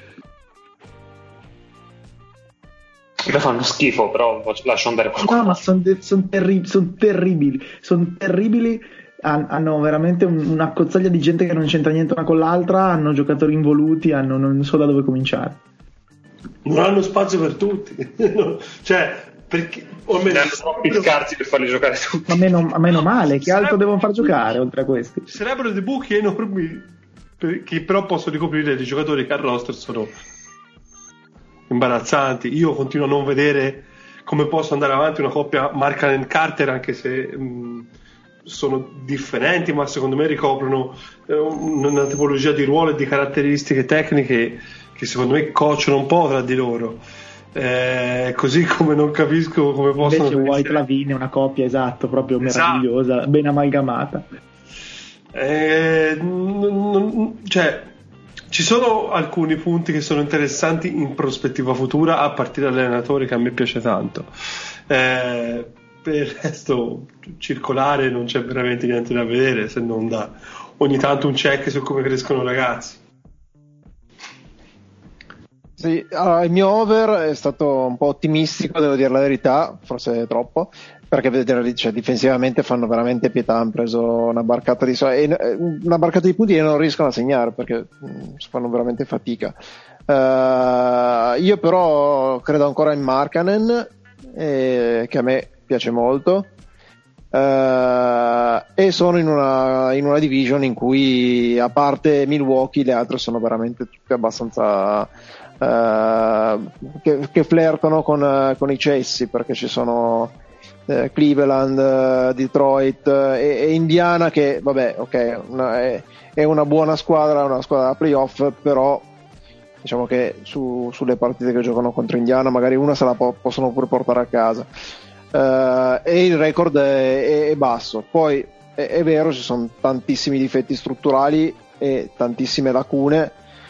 Mi fanno schifo, però lascio andare qualcuno. No, ma sono son terri- son terribili, sono terribili. Han- hanno veramente un- una cozzaglia di gente che non c'entra niente una con l'altra, hanno giocatori involuti, hanno, non so da dove cominciare. Non hanno spazio per tutti. Cioè, perché o meglio, hanno troppi scarsi per farli giocare tutti. Ma meno, meno male, che altro devono far giocare oltre a questi? Sarebbero dei buchi enormi che però possono ricoprire dei giocatori che al roster sono imbarazzanti. Io continuo a non vedere come possa andare avanti una coppia Markkanen-Carter, anche se mh, sono differenti, ma secondo me ricoprono eh, una tipologia di ruolo e di caratteristiche tecniche che secondo me cocciano un po' tra di loro. Eh, così come non capisco come possono invece White Lavine è una coppia, esatto, proprio meravigliosa, esatto, ben amalgamata. Eh, n- n- cioè ci sono alcuni punti che sono interessanti in prospettiva futura, a partire dall'allenatore che a me piace tanto. Eh, per il resto circolare non c'è veramente niente da vedere, se non da ogni tanto un check su come crescono i ragazzi. Sì, allora, il mio over è stato un po' ottimistico, devo dire la verità, forse troppo, perché vedete, cioè, difensivamente fanno veramente pietà, hanno preso una barcata di so- e, una barcata di punti e non riescono a segnare perché mh, fanno veramente fatica. Uh, io però credo ancora in Markkanen, eh, che a me piace molto, uh, e sono in una, in una division in cui, a parte Milwaukee, le altre sono veramente tutte abbastanza Uh, che, che flirtano con, uh, con i cessi, perché ci sono uh, Cleveland, uh, Detroit uh, e, e Indiana, che vabbè, ok, una, è, è una buona squadra, una squadra da playoff, però diciamo che su, sulle partite che giocano contro Indiana magari una se la po- possono pure portare a casa, uh, e il record è, è, è basso. Poi è, è vero, ci sono tantissimi difetti strutturali e tantissime lacune,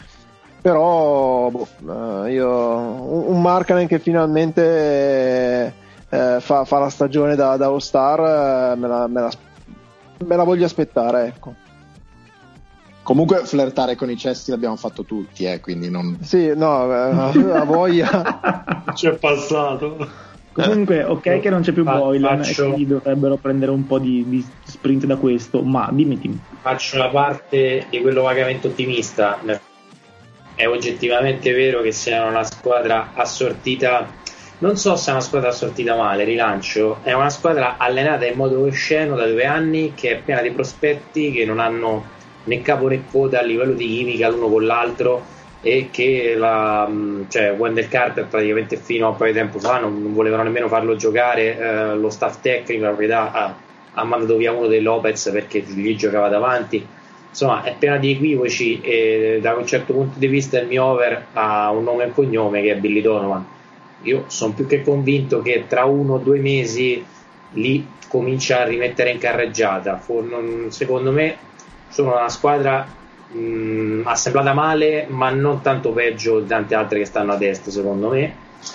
però boh, uh, io un, un Markkanen che finalmente eh, fa, fa la stagione da, da All-Star, eh, me, la, me, la, me la voglio aspettare, ecco. Comunque flirtare con i cessi l'abbiamo fatto tutti, eh, quindi non... Sì, no, la voglia c'è passato. Comunque, ok che non c'è più Fa- Boylan, faccio... e quindi dovrebbero prendere un po' di, di sprint da questo, ma dimmi, dimmi. Faccio la parte di quello vagamente ottimista. È oggettivamente vero che sia una squadra assortita, non so se è una squadra assortita male, rilancio, è una squadra allenata in modo osceno da due anni, che è piena di prospetti che non hanno né capo né coda a livello di chimica l'uno con l'altro, e che la, cioè Wendell Carter praticamente fino a un paio di tempo fa non, non volevano nemmeno farlo giocare, eh, lo staff tecnico, la proprietà ha, ha mandato via uno dei Lopez perché gli giocava davanti. Insomma, è piena di equivoci, e da un certo punto di vista il mio over ha un nome e un cognome, che è Billy Donovan. Io sono più che convinto che tra uno o due mesi lì comincia a rimettere in carreggiata. Secondo me sono una squadra mh, assemblata male, ma non tanto peggio di tante altre che stanno a destra, secondo me.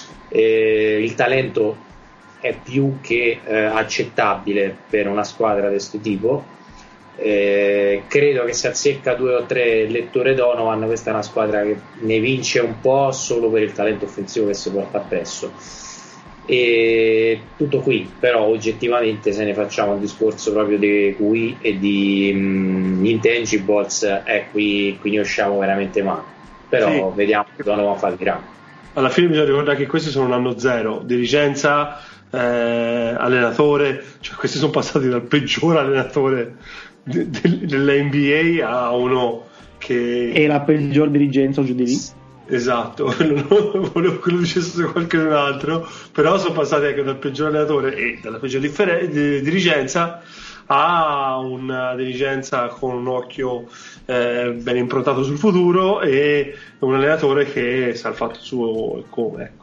E il talento è più che eh, accettabile per una squadra di questo tipo. Eh, credo che se azzecca due o tre letture Donovan, questa è una squadra che ne vince un po' solo per il talento offensivo che si porta appresso, e tutto qui. Però oggettivamente, se ne facciamo un discorso proprio di Q I e di mh, intangibles, eh, qui, qui ne usciamo veramente male. Però sì, vediamo che Donovan fa il grande. alla fine bisogna ricordare che questi sono un anno zero, dirigenza, eh, allenatore, cioè questi sono passati dal peggior allenatore de- de- dell'N B A a uno che... E la peggior dirigenza o giù di lì. Esatto, non volevo che lo dicesse qualcun altro, però sono passati anche dal peggior allenatore e dalla peggior differ- di- dirigenza a una dirigenza con un occhio eh, ben improntato sul futuro e un allenatore che sa il fatto suo e come, ecco.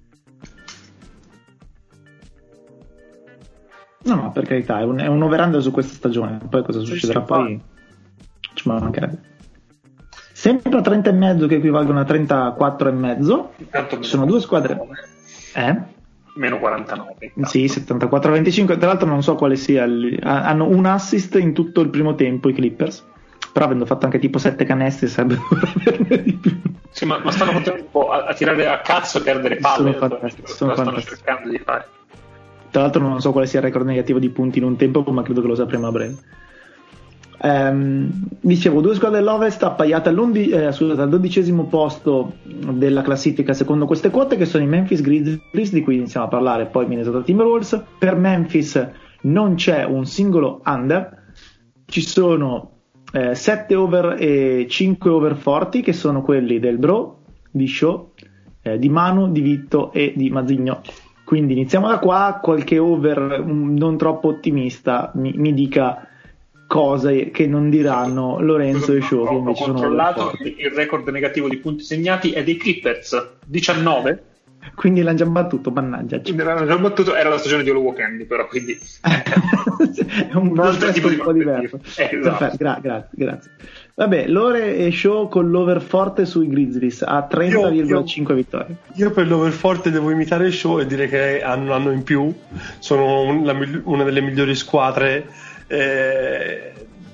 No, no, per carità, è un, è un over-under su questa stagione, poi cosa succederà sì, poi ci mancherebbe. Sempre a trenta e mezzo, che equivalgono a trentaquattro e mezzo. Intanto ci sono due squadre eh? meno quarantanove intanto. Sì, settantaquattro a venticinque. Tra l'altro non so quale sia il... hanno un assist in tutto il primo tempo i Clippers, però avendo fatto anche tipo sette canestri sarebbero averne di più. Sì, ma, ma stanno continuando a, a tirare a cazzo e perdere palle. Sono fantastici, sono stanno fantastici. cercando di fare. Tra l'altro non so quale sia il record negativo di punti in un tempo, ma credo che lo sapremo a breve. Um, dicevo, due squadre dell'Ovest appaiate eh, scusate, al dodicesimo posto della classifica secondo queste quote, che sono i Memphis Grizzlies, di cui iniziamo a parlare, poi Minnesota Timberwolves. Per Memphis non c'è un singolo under, ci sono eh, sette over e cinque over forti, che sono quelli del Bro, di Show, eh, di Manu, di Vitto e di Mazzigno. Quindi iniziamo da qua. Qualche over um, non troppo ottimista mi, mi dica cose che non diranno Lorenzo e Show, che Ho, ho invece sono controllato, il record negativo di punti segnati è dei Clippers, diciannove, quindi l'hanno già battuto, mannaggia. quindi l'hanno già battuto, era la stagione di Olo Candy, però quindi è un altro tipo di un po' diverso. eh, esatto. Perfetto, gra- grazie, grazie. Vabbè, Lore e Show con l'over forte sui Grizzlies a trenta virgola cinque vittorie. Io per l'over forte devo imitare Show e dire che hanno un anno in più, sono un, la, una delle migliori squadre Eh,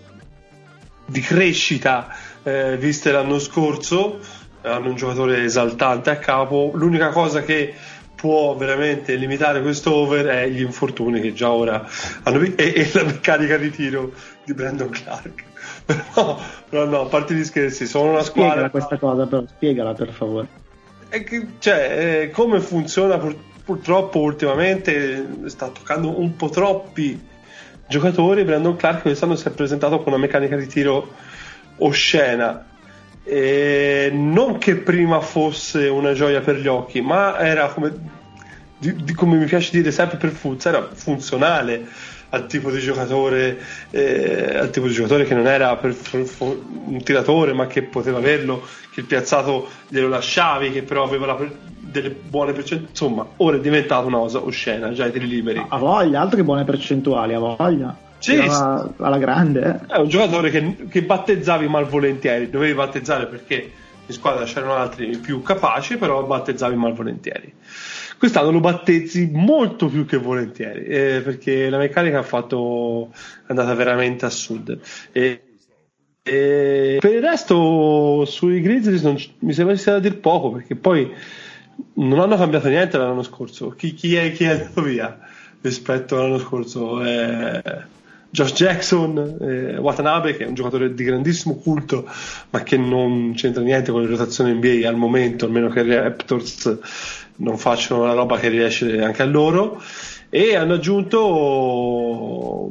di crescita eh, viste l'anno scorso, hanno un giocatore esaltante a capo. L'unica cosa che può veramente limitare questo over è gli infortuni che già ora hanno e, e la meccanica di tiro di Brandon Clark. però, però no, a parte gli scherzi, sono una squadra. Spiegala questa cosa, però spiegala per favore. È che, cioè, eh, come funziona pur, purtroppo ultimamente sta toccando un po' troppi giocatori. Brandon Clark quest'anno si è presentato con una meccanica di tiro oscena, e non che prima fosse una gioia per gli occhi, ma era come, di, di, come mi piace dire sempre per Fuzza, era funzionale al tipo di giocatore eh, al tipo di giocatore che non era per, per, per un tiratore, ma che poteva averlo, che il piazzato glielo lasciavi, che però aveva la, delle buone percentuali. Insomma, ora è diventata una cosa oscena già ai tiri liberi. A voglia, altro che buone percentuali, a voglia. Sì, alla, alla grande, eh. È un giocatore che, che battezzavi malvolentieri, dovevi battezzare perché in squadra c'erano altri più capaci, però battezzavi malvolentieri. Quest'anno lo battezzi molto più che volentieri, eh, perché la meccanica ha fatto è andata veramente a sud. E, e per il resto sui Grizzlies non, mi sembra sia da dir poco, perché poi non hanno cambiato niente l'anno scorso. Chi, chi, è, chi è andato via rispetto all'anno scorso? Eh, Josh Jackson, eh, Watanabe, che è un giocatore di grandissimo culto, ma che non c'entra niente con le rotazioni N B A al momento, almeno che i Raptors non facciano la roba che riesce anche a loro. E hanno aggiunto,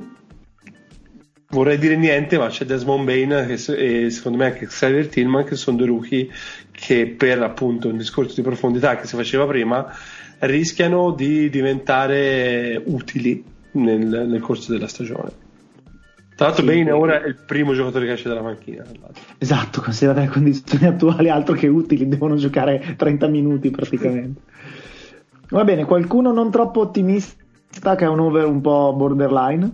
vorrei dire niente, ma c'è Desmond Bane che, e secondo me anche Xavier Tillman, che sono due rookie che, per appunto un discorso di profondità che si faceva prima, rischiano di diventare utili nel, nel corso della stagione. Tra l'altro, sì, Bane ora è il primo giocatore che esce dalla panchina. Esatto, considerate le condizioni attuali, altro che utili, devono giocare trenta minuti praticamente. Va bene, qualcuno non troppo ottimista che ha un over un po' borderline?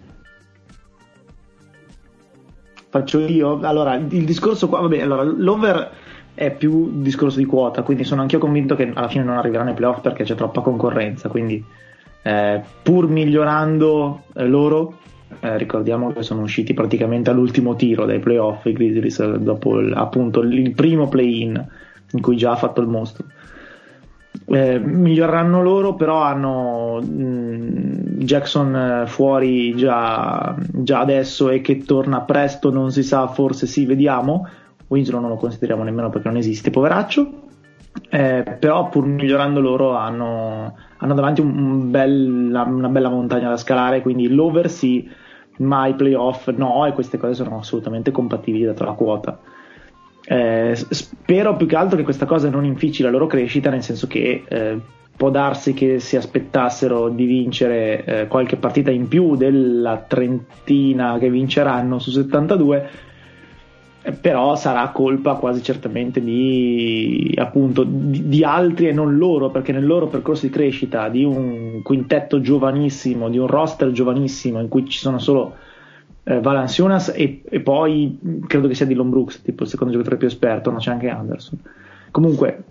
Faccio io? Allora, il discorso qua, vabbè, allora, l'over è più discorso di quota, quindi sono anch'io convinto che alla fine non arriveranno ai playoff perché c'è troppa concorrenza, quindi eh, pur migliorando eh, loro, Eh, ricordiamo che sono usciti praticamente all'ultimo tiro dai playoff i Grizzlies, dopo il, appunto il primo play-in in cui già ha fatto il mostro. Eh, miglioreranno loro, però hanno mh, Jackson fuori già, già adesso, e che torna presto non si sa, forse sì, vediamo. Winslow non lo consideriamo nemmeno perché non esiste, poveraccio. eh, però pur migliorando loro hanno, hanno davanti un, un bel, una bella montagna da scalare, quindi l'over sì, ma i playoff no, e queste cose sono assolutamente compatibili dato la quota. Eh, spero più che altro che questa cosa non infici la loro crescita, nel senso che eh, può darsi che si aspettassero di vincere eh, qualche partita in più della trentina che vinceranno su settantadue, però sarà colpa quasi certamente di appunto di, di altri e non loro, perché nel loro percorso di crescita, di un quintetto giovanissimo, di un roster giovanissimo in cui ci sono solo eh, Valanciunas e, e poi credo che sia Dillon Brooks, tipo il secondo giocatore più esperto, ma c'è anche Anderson. Comunque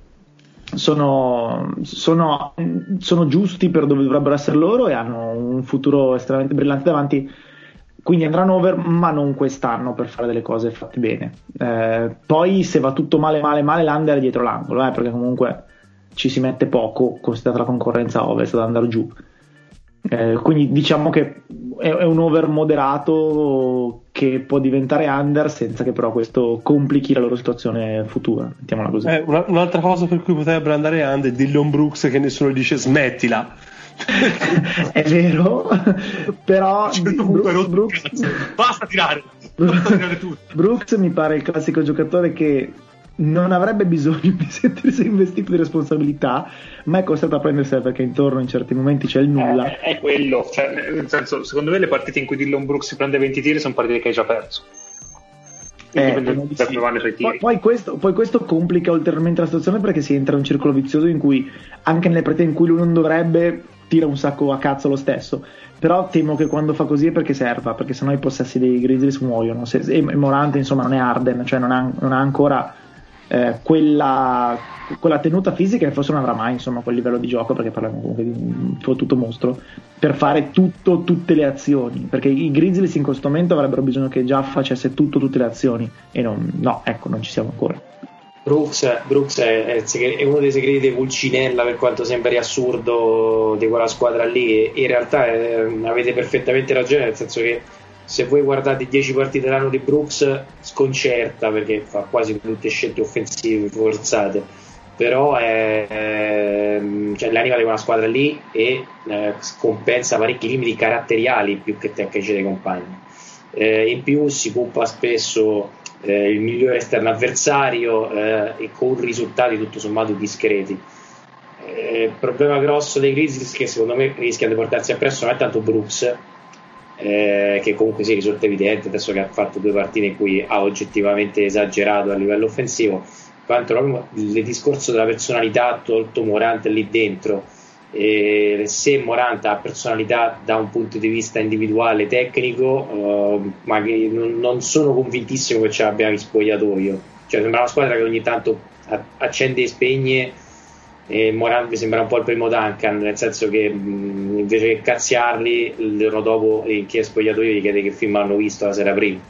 sono, sono, sono giusti per dove dovrebbero essere loro e hanno un futuro estremamente brillante davanti. Quindi andranno over, ma non quest'anno, per fare delle cose fatte bene. Eh, poi se va tutto male male male l'under è dietro l'angolo, eh, perché comunque ci si mette poco considerata la concorrenza ovest ad andare giù. Eh, quindi diciamo che è, è un over moderato che può diventare under senza che però questo complichi la loro situazione futura, mettiamola così. Eh, una, un'altra cosa per cui potrebbero andare under è Dillon Brooks, che nessuno dice smettila. È vero, però Brooks, Brooks, basta tirare, basta tirare tutto. Brooks mi pare il classico giocatore che non avrebbe bisogno di sentirsi investito di responsabilità, ma è costretto a prendersela perché intorno in certi momenti c'è il nulla. Eh, è quello, cioè, nel senso, secondo me le partite in cui Dillon Brooks si prende venti tiri sono partite che hai già perso. Eh, sì. poi, poi, questo, poi questo complica ulteriormente la situazione, perché si entra in un circolo vizioso in cui anche nelle partite in cui lui non dovrebbe tira un sacco a cazzo lo stesso, però temo che quando fa così è perché serva, perché sennò i possessi dei Grizzlies muoiono. Se, e Morant insomma non è Harden, cioè non ha, non ha ancora eh, quella, quella tenuta fisica, e forse non avrà mai insomma quel livello di gioco, perché parliamo comunque di un fottuto mostro, per fare tutto, tutte le azioni, perché i Grizzlies in questo momento avrebbero bisogno che già facesse tutto, tutte le azioni, e non, no, ecco, non ci siamo ancora. Brooks, Brooks è, è, è uno dei segreti di Pulcinella, per quanto sembri assurdo, di quella squadra lì, e in realtà è, avete perfettamente ragione, nel senso che se voi guardate dieci partite l'anno di Brooks sconcerta, perché fa quasi tutte scelte offensive forzate, però è, è cioè, l'anima di quella squadra lì e eh, scompensa parecchi limiti caratteriali più che tecnici dei compagni. Eh, in più si cuppa spesso Eh, il migliore esterno avversario eh, e con risultati tutto sommato discreti. Eh, il problema grosso dei Grizzlies, che secondo me rischia di portarsi appresso, non è tanto Brooks, eh, che comunque si risulta evidente adesso che ha fatto due partite in cui ha oggettivamente esagerato a livello offensivo, quanto proprio il discorso della personalità, tolto Morant lì dentro. E se Morant ha personalità da un punto di vista individuale tecnico, uh, ma che non, non sono convintissimo che ce l'abbia in spogliatoio, cioè sembra una squadra che ogni tanto accende e spegne, e Morant mi sembra un po' il primo Duncan, nel senso che mh, invece che cazziarli il giorno dopo in chi è spogliatoio gli chiede che film hanno visto la sera prima.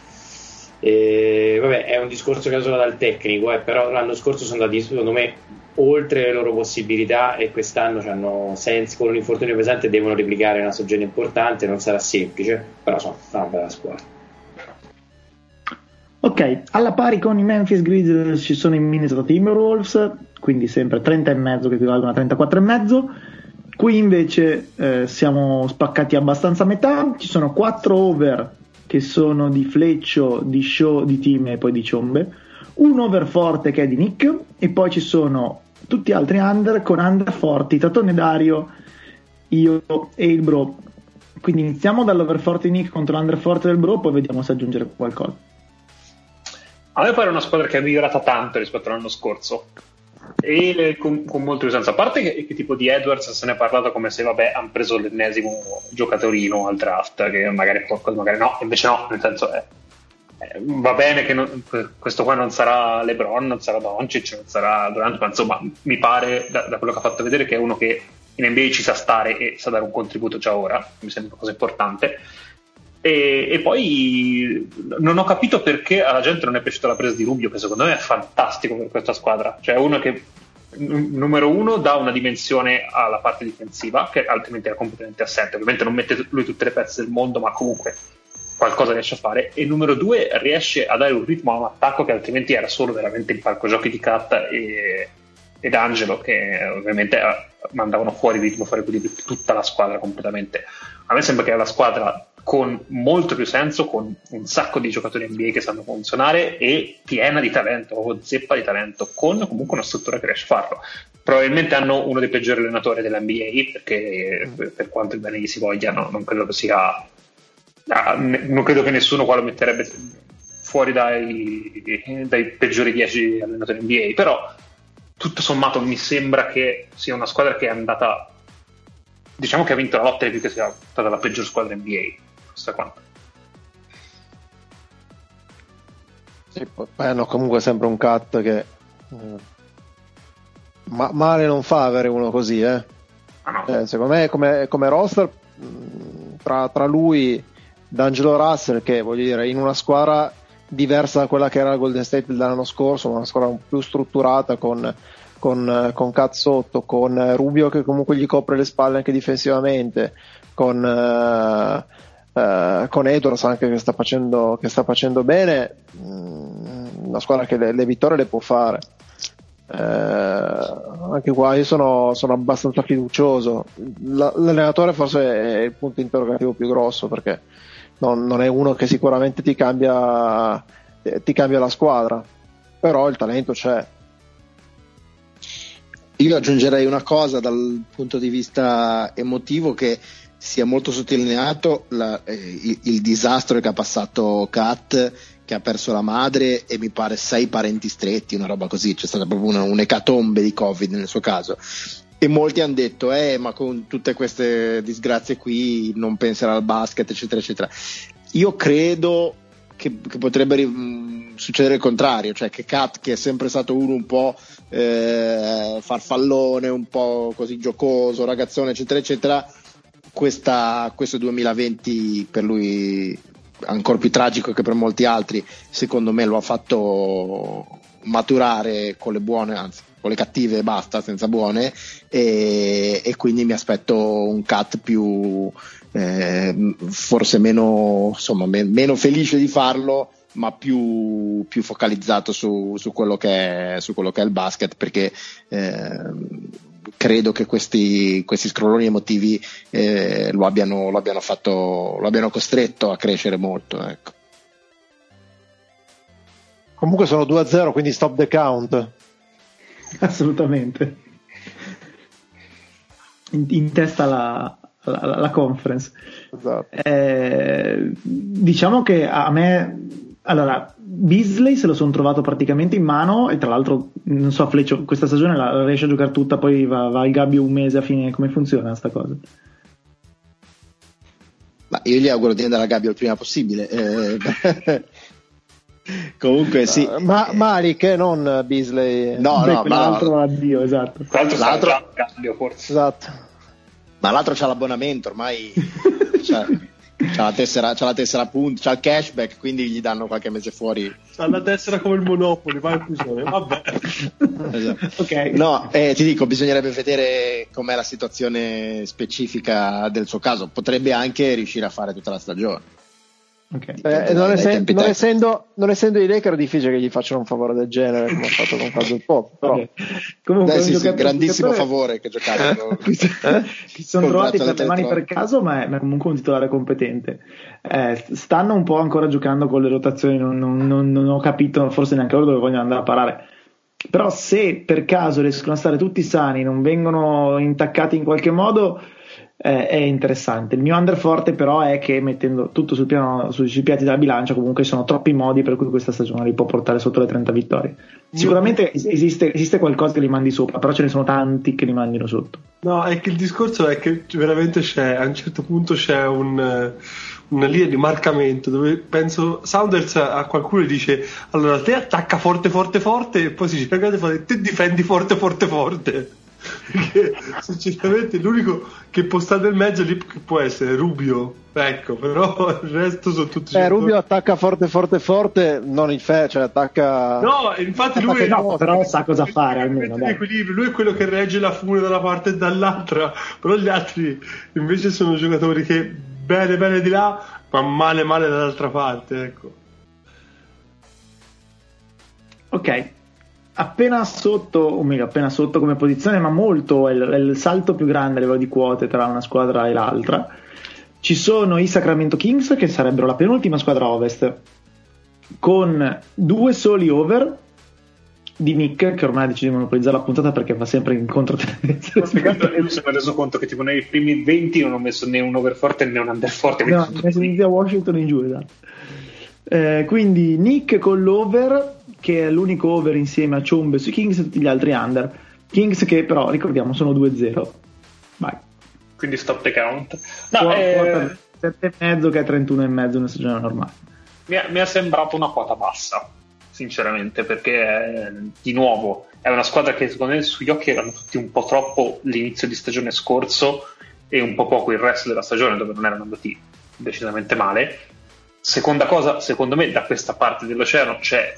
E, vabbè, è un discorso che solo dal tecnico, eh, però l'anno scorso sono andati secondo me oltre le loro possibilità, e quest'anno hanno senza, con un infortunio pesante devono replicare una stagione importante, non sarà semplice, però sono una bella squadra. Ok, alla pari con i Memphis Grizzlies ci sono i Minnesota Timberwolves, quindi sempre trenta e mezzo, che equivalgono a trentaquattro e mezzo. Qui invece eh, siamo spaccati abbastanza a metà, ci sono quattro over che sono di Fleccio, di Show, di Team e poi di Ciombe, un over forte che è di Nick, e poi ci sono tutti altri under, con under forti Tatone, Dario, io e il Bro. Quindi iniziamo dall'over forte di Nick contro l'under forte del Bro, poi vediamo se aggiungere qualcosa. A me pare una squadra che è migliorata tanto rispetto all'anno scorso, e con, con molto risenso, a parte che, che tipo di Edwards se ne è parlato come se vabbè hanno preso l'ennesimo giocatorino al draft, che magari è magari no, invece no, nel senso è Eh, va bene che non, questo qua non sarà LeBron, non sarà Doncic, non sarà Durant, ma insomma mi pare da, da quello che ha fatto vedere che è uno che in N B A ci sa stare e sa dare un contributo già ora, mi sembra una cosa importante. E, e poi non ho capito perché alla gente non è piaciuta la presa di Rubio, che secondo me è fantastico per questa squadra, cioè uno che n- numero uno dà una dimensione alla parte difensiva che altrimenti era completamente assente. Ovviamente non mette lui tutte le pezze del mondo, ma comunque qualcosa riesce a fare, e numero due riesce a dare un ritmo a un attacco che altrimenti era solo veramente il palco giochi di carta e, ed Angelo, che ovviamente mandavano fuori ritmo, fuori equilibrio tutta la squadra completamente. A me sembra che è la squadra con molto più senso, con un sacco di giocatori N B A che sanno funzionare e piena di talento, o zeppa di talento, con comunque una struttura che riesce a farlo. Probabilmente hanno uno dei peggiori allenatori dell'N B A, perché per quanto il bene gli si voglia, no, non credo che sia non credo che nessuno qua lo metterebbe fuori dai, dai peggiori dieci allenatori N B A, però tutto sommato mi sembra che sia una squadra che è andata, diciamo che ha vinto la lotta di più che sia stata la peggior squadra N B A. Questo è quanto. Sì, poi hanno comunque sempre un cut che eh, ma, male non fa avere uno così, eh. Ah, no. Eh, secondo me come, come roster tra, tra lui, D'Angelo Russell, che voglio dire in una squadra diversa da quella che era il Golden State dell'anno scorso, una squadra più strutturata con con, con Cat sotto, con Rubio che comunque gli copre le spalle anche difensivamente, con uh, uh, con Edwards anche che sta facendo che sta facendo bene, mm, una squadra che le, le vittorie le può fare. Uh, anche qua io sono, sono abbastanza fiducioso. L- l'allenatore forse è il punto interrogativo più grosso, perché non, non è uno che sicuramente ti cambia eh, ti cambia la squadra, però il talento c'è. Io aggiungerei una cosa dal punto di vista emotivo, che si è molto sottolineato la, eh, il, il disastro che ha passato Kat, che ha perso la madre e mi pare sei parenti stretti, una roba così, c'è stata proprio una, un'ecatombe di Covid nel suo caso, e molti hanno detto eh ma con tutte queste disgrazie qui non penserà al basket eccetera eccetera. Io credo che, che potrebbe mh, succedere il contrario, cioè che Kat, che è sempre stato uno un po' eh, farfallone, un po' così giocoso, ragazzone eccetera eccetera, questa, questo duemilaventi per lui ancora più tragico che per molti altri, secondo me lo ha fatto maturare con le buone, anzi con le cattive e basta, senza buone, e, e quindi mi aspetto un Kat più eh, forse meno insomma men- meno felice di farlo, ma più, più focalizzato su, su quello che è su quello che è il basket, perché eh, credo che questi, questi scrolloni emotivi eh, lo abbiano lo abbiano fatto lo abbiano costretto a crescere molto, ecco. Comunque sono due a zero, quindi stop the count. Assolutamente. In, in testa la, la, la conference. Esatto. Eh, diciamo che a me, allora, Beasley se lo sono trovato praticamente in mano, e tra l'altro non so, Fleccio questa stagione la, la riesce a giocare tutta, poi va, va al gabbio un mese a fine. Come funziona sta cosa? Ma io gli auguro di andare al gabbio il prima possibile, eh, comunque sì, uh, ma Malik eh, non Beasley. no Beh, no ma l'altro addio, esatto. L'altro, l'altro... l'altro... Gabbio, forse. Esatto. Ma l'altro c'ha l'abbonamento ormai, c'ha, c'ha la tessera, c'ha la tessera punti, c'ha il cashback, quindi gli danno qualche mese fuori. C'ha la tessera come il Monopoli, va in fusione, vabbè. Esatto. Ok. No, eh, ti dico, bisognerebbe vedere com'è la situazione specifica del suo caso, potrebbe anche riuscire a fare tutta la stagione. Okay. Eh, non, essendo, non, essendo, non essendo i Lakers è difficile che gli facciano un favore del genere come ha fatto con Caldwell Pope, però Okay. Comunque eh, un sì, sì, grandissimo giocatore... favore che giocare si sono trovati per le mani per caso, ma è, ma è comunque un titolare competente. Eh, stanno un po' ancora giocando con le rotazioni, non, non, non, non ho capito forse neanche loro dove vogliono andare a parare, però se per caso riescono a stare tutti sani, non vengono intaccati in qualche modo, Eh, è interessante. Il mio under forte però è che, mettendo tutto sul piano, sui, sui piatti della bilancia, comunque sono troppi modi per cui questa stagione li può portare sotto le trenta vittorie. Sicuramente esiste, esiste qualcosa che li mandi sopra, però ce ne sono tanti che li mandino sotto. No, è che il discorso è che veramente c'è, a un certo punto c'è un, una linea di marcamento dove penso Saunders a qualcuno dice allora te attacca forte forte forte e poi si cerca di fare te difendi forte forte forte, perché sinceramente l'unico che può stare nel mezzo lì che può essere Rubio, ecco, però il resto sono tutti eh, Rubio attacca forte forte forte, non il fe, cioè attacca no, infatti attacca lui no, però sa cosa fare almeno, dai. Equilibrio. Lui è quello che regge la fune da una parte e dall'altra, però gli altri invece sono giocatori che bene bene di là ma male male dall'altra parte, ecco. Ok, appena sotto, o meglio, appena sotto come posizione, ma molto, è il, è il salto più grande a livello di quote tra una squadra e l'altra. Ci sono i Sacramento Kings, che sarebbero la penultima squadra ovest, con due soli over di Nick, che ormai ha deciso di monopolizzare la puntata perché va sempre in controtendenza. Io mi sono reso conto che tipo nei primi venti non ho messo né un over forte né un under forte. No, ho messo inizio a Washington in giù, esatto. Eh, quindi Nick con l'over, che è l'unico over insieme a Ciombe sui Kings, e tutti gli altri under. Kings che però, ricordiamo, sono due zero. Vai. Quindi stop the count. No, Qu- eh... sette e mezzo che è trentuno e mezzo una stagione normale. Mi è, mi è sembrato una quota bassa, sinceramente, perché è, di nuovo è una squadra che secondo me sugli occhi erano tutti un po' troppo l'inizio di stagione scorso e un po' poco il resto della stagione, dove non erano andati decisamente male. Seconda cosa, secondo me da questa parte dell'oceano c'è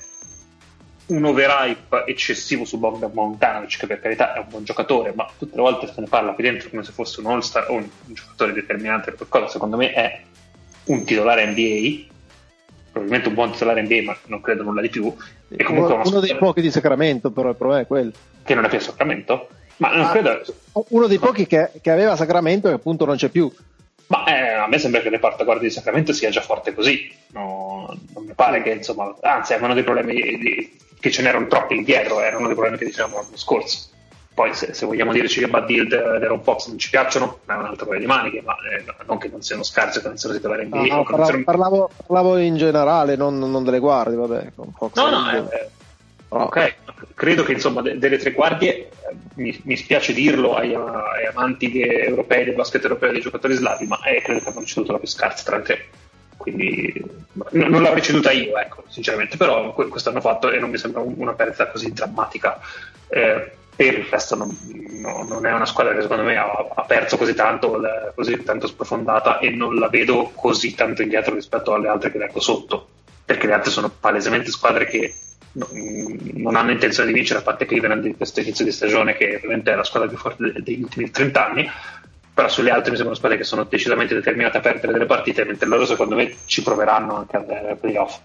un overhype eccessivo su Bogdan Bogdanovic, che per carità è un buon giocatore, ma tutte le volte se ne parla qui dentro come se fosse un all-star o un, un giocatore determinante per qualcosa. Secondo me è un titolare N B A, probabilmente un buon titolare N B A, ma non credo nulla di più. E comunque uno, uno dei pochi di Sacramento, però il problema è quello che non è più a Sacramento, ma non ah, credo. Uno dei pochi che, che aveva Sacramento e appunto non c'è più. Ma eh, a me sembra che il reparto guardia di Sacramento sia già forte così. No, non mi pare che, insomma, anzi, avevano dei problemi di, di, che ce n'erano troppi dietro, erano dei problemi che dicevamo l'anno scorso. Poi, se, se vogliamo dirci che Bud Hield e De'Aaron Fox non ci piacciono, è un altro paio di maniche, ma eh, non che non siano scarsi, che non siano titolari N B A. No, no, parlavo, siano... parlavo, parlavo in generale, non, non delle guardie, vabbè. Con Fox no, no, eh, oh. ok. Credo che insomma de- delle tre guardie, mi, mi spiace dirlo ai, ai amanti de- europei del basket europeo dei giocatori slavi, ma eh, credo che abbiano ceduto la più scarsa tra le tre, quindi n- non l'avrei ceduta io, ecco, sinceramente, però que- questo hanno fatto e non mi sembra un- una perdita così drammatica. Eh, per il resto non, no, non è una squadra che secondo me ha, ha perso così tanto, l- così tanto sprofondata, e non la vedo così tanto indietro rispetto alle altre che vengo sotto, perché le altre sono palesemente squadre che non hanno intenzione di vincere, a parte Cleveland di questo inizio di stagione, che ovviamente è la squadra più forte degli ultimi trenta anni, però sulle altre mi sembrano squadre che sono decisamente determinate a perdere delle partite, mentre loro secondo me ci proveranno anche al playoff.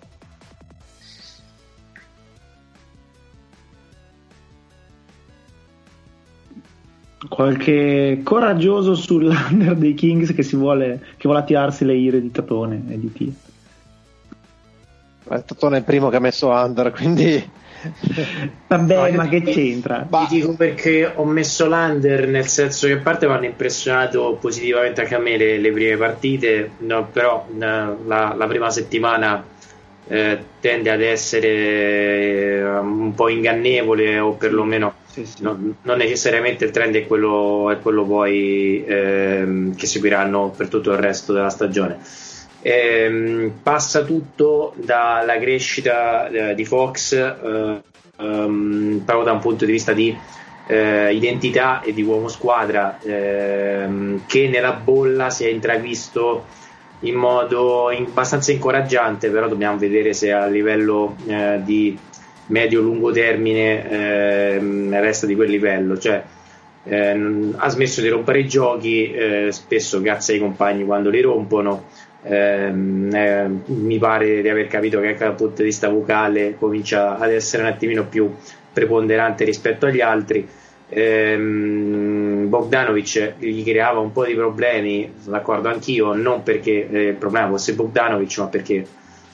Qualche coraggioso sull'under dei Kings che si vuole che vuole attirarsi le ire di Tatone e di T. Tatone è il primo che ha messo under, quindi vabbè, no, ma che ti, c'entra? Ti dico perché ho messo l'under, nel senso che a parte mi hanno impressionato positivamente anche a me le, le prime partite, no, però no, la, la prima settimana eh, tende ad essere eh, un po' ingannevole, o perlomeno sì, sì. No, non necessariamente il trend è quello, è quello poi ehm, che seguiranno per tutto il resto della stagione. Eh, passa tutto dalla crescita eh, di Fox, eh, um, proprio da un punto di vista di eh, identità e di uomo squadra, eh, che nella bolla si è intravisto in modo in, abbastanza incoraggiante, però dobbiamo vedere se a livello eh, di medio-lungo termine eh, resta di quel livello, cioè eh, ha smesso di rompere i giochi, eh, spesso grazie ai compagni quando li rompono. Eh, eh, mi pare di aver capito che anche dal punto di vista vocale comincia ad essere un attimino più preponderante rispetto agli altri. eh, Bogdanovic gli creava un po' di problemi, sono d'accordo anch'io, non perché eh, il problema fosse Bogdanovic, ma perché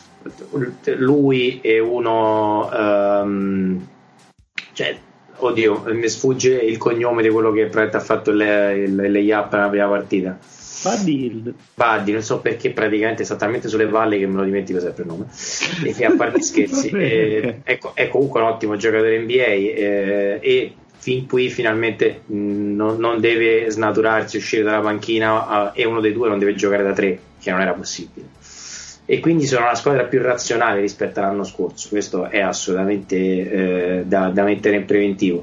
lui è uno um, cioè, oddio, mi sfugge il cognome di quello che probabilmente ha fatto le, le, le Yap nella prima partita. Buddy, Buddy, non so perché, praticamente esattamente sulle palle che me lo dimentico sempre il nome. E a parte scherzi, eh, è, è comunque un ottimo giocatore N B A, eh, e fin qui finalmente mh, non, non deve snaturarsi, uscire dalla panchina, eh, e uno dei due non deve giocare da tre, che non era possibile. E quindi sono una squadra più razionale rispetto all'anno scorso. Questo è assolutamente eh, da, da mettere in preventivo.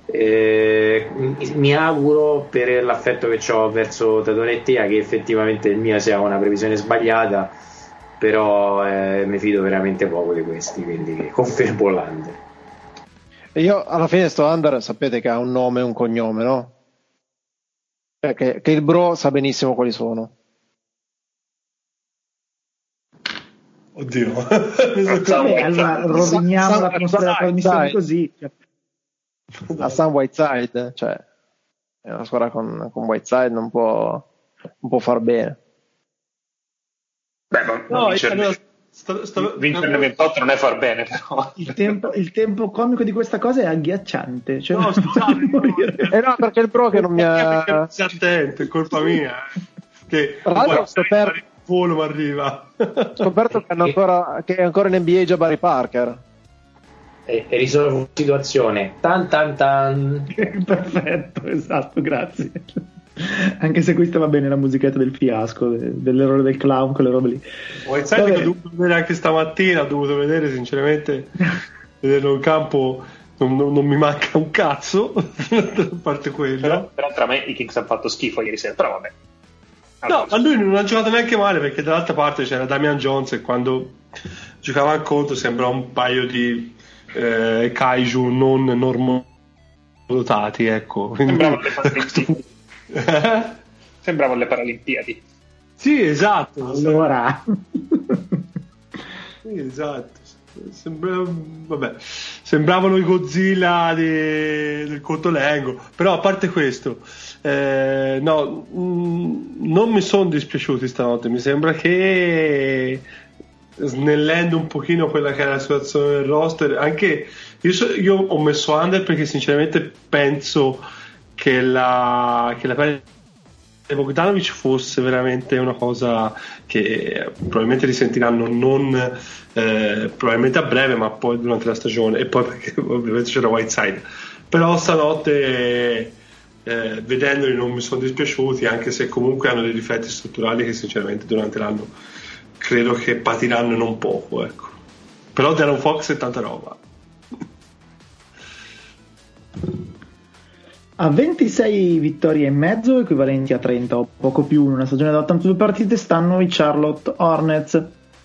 Eh, mi auguro, per l'affetto che ho verso Tatorettia, che effettivamente il mio sia una previsione sbagliata, però eh, mi fido veramente poco di questi, quindi confermo l'under. Io alla fine sto under, sapete che ha un nome e un cognome, no? Cioè, che, che il bro sa benissimo quali sono. Oddio. Vabbè, allora roviniamo Sam- l'atmosfera della trasmissione Whiteside. così. A Sam Whiteside, cioè è una squadra con, con Whiteside non può, non può far bene. Beh, ma No, vincerne, allora, sto- sto- vincerne ventotto non è far bene, però. Il tempo, il tempo comico di questa cosa è agghiacciante. Cioè, No, scusate, no. morire. Eh no, perché il pro che non mi Perché non ha... sei attento, è colpa mia. eh. Che Tra l'altro ho guarda, scoperto- il volo mi arriva. Ho scoperto che, hanno ancora, che è ancora in N B A già Barry Parker. E, e risolvo la situazione. Tan tan tan. Perfetto, esatto, grazie. Anche se questa va bene la musichetta del fiasco, de- dell'errore del clown, quelle robe lì. Whiteside che Vabbè. ho dovuto vedere anche stamattina, ho dovuto vedere sinceramente, vederlo in campo non, non- non mi manca un cazzo, a parte quello. Però, però tra me i Kings hanno fatto schifo ieri sera, però vabbè. No, ma lui non ha giocato neanche male, perché dall'altra parte c'era Damian Jones e quando giocava al contro sembrava un paio di eh, kaiju non normodotati, ecco. Quindi- Sembravano le Paralimpiadi. Sembravano le Paralimpiadi. Sì, esatto. Allora, Sì, esatto. Sembra- vabbè, sembravano i Godzilla di- del Cotolengo, però a parte questo, eh, no, mh, non mi sono dispiaciuti stanotte. Mi sembra che, snellendo un pochino quella che è la situazione del roster, anche io, so- io ho messo under perché sinceramente penso che la, che la pelle di Bogdanovic fosse veramente una cosa che probabilmente risentiranno non eh, probabilmente a breve, ma poi durante la stagione, e poi perché ovviamente c'era Whiteside. Però stanotte eh, vedendoli non mi sono dispiaciuti, anche se comunque hanno dei difetti strutturali che sinceramente durante l'anno credo che patiranno non poco, ecco. Però Darren Fox è tanta roba. a ventisei vittorie e mezzo, equivalenti a trenta o poco più in una stagione da ottantadue partite, stanno i Charlotte Hornets.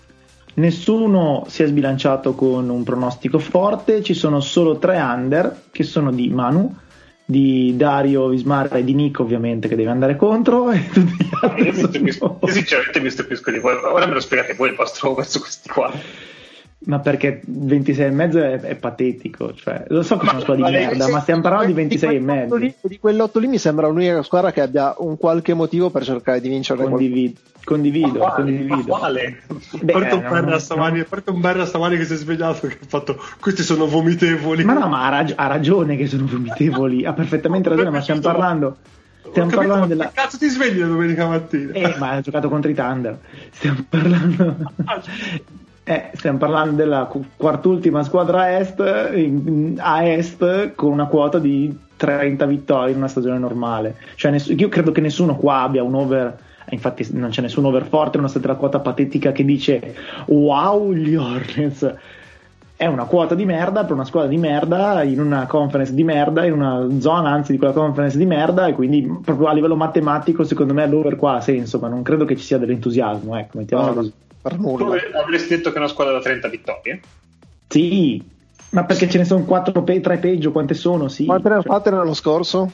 Nessuno si è sbilanciato con un pronostico forte, ci sono solo tre under, che sono di Manu, di Dario Vismara e di Nick, ovviamente, che deve andare contro, e tutti gli altri Io, mi stupisco- sono- io sinceramente mi stupisco di voi. Ora me lo spiegate voi il vostro verso questi qua. Ma perché ventisei e mezzo è, è patetico, cioè, lo so che sono una squadra di merda, ma stiamo parlando di ventisei e mezzo. Lì, di quell'otto lì mi sembra l'unica squadra che abbia un qualche motivo per cercare di vincere. Condivido, condivido, Ma quale? condivido. Ma quale? Beh, Porta un no, berra no, stamani, no. porta un berra stamani che si è svegliato, che ha fatto questi sono vomitevoli. Ma no, ma ha, rag- ha ragione che sono vomitevoli, ha perfettamente ragione, ma stiamo parlando, Ho stiamo capito, parlando ma della... che cazzo ti svegli la domenica mattina? Eh, ma ha giocato contro i Thunder. Stiamo parlando... Eh, stiamo parlando della qu- quart'ultima squadra est, in- a est, con una quota di trenta vittorie in una stagione normale. Cioè, ness- io credo che nessuno qua abbia un over, eh, infatti non c'è nessun over forte, nonostante la quota patetica che dice wow gli Hornets. È una quota di merda per una squadra di merda, in una conference di merda, in una zona anzi di quella conference di merda, e quindi proprio a livello matematico secondo me l'over qua ha senso, ma non credo che ci sia dell'entusiasmo, ecco, mettiamola No, così. per Tu nulla. avre- avresti detto che è una squadra da trenta vittorie? Sì, ma perché ce ne sono quattro pe- tre peggio, quante sono? Sì. Quante ne ha Cioè, fatte l'anno scorso?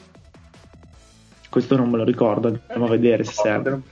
questo non me lo ricordo, andiamo a vedere se serve.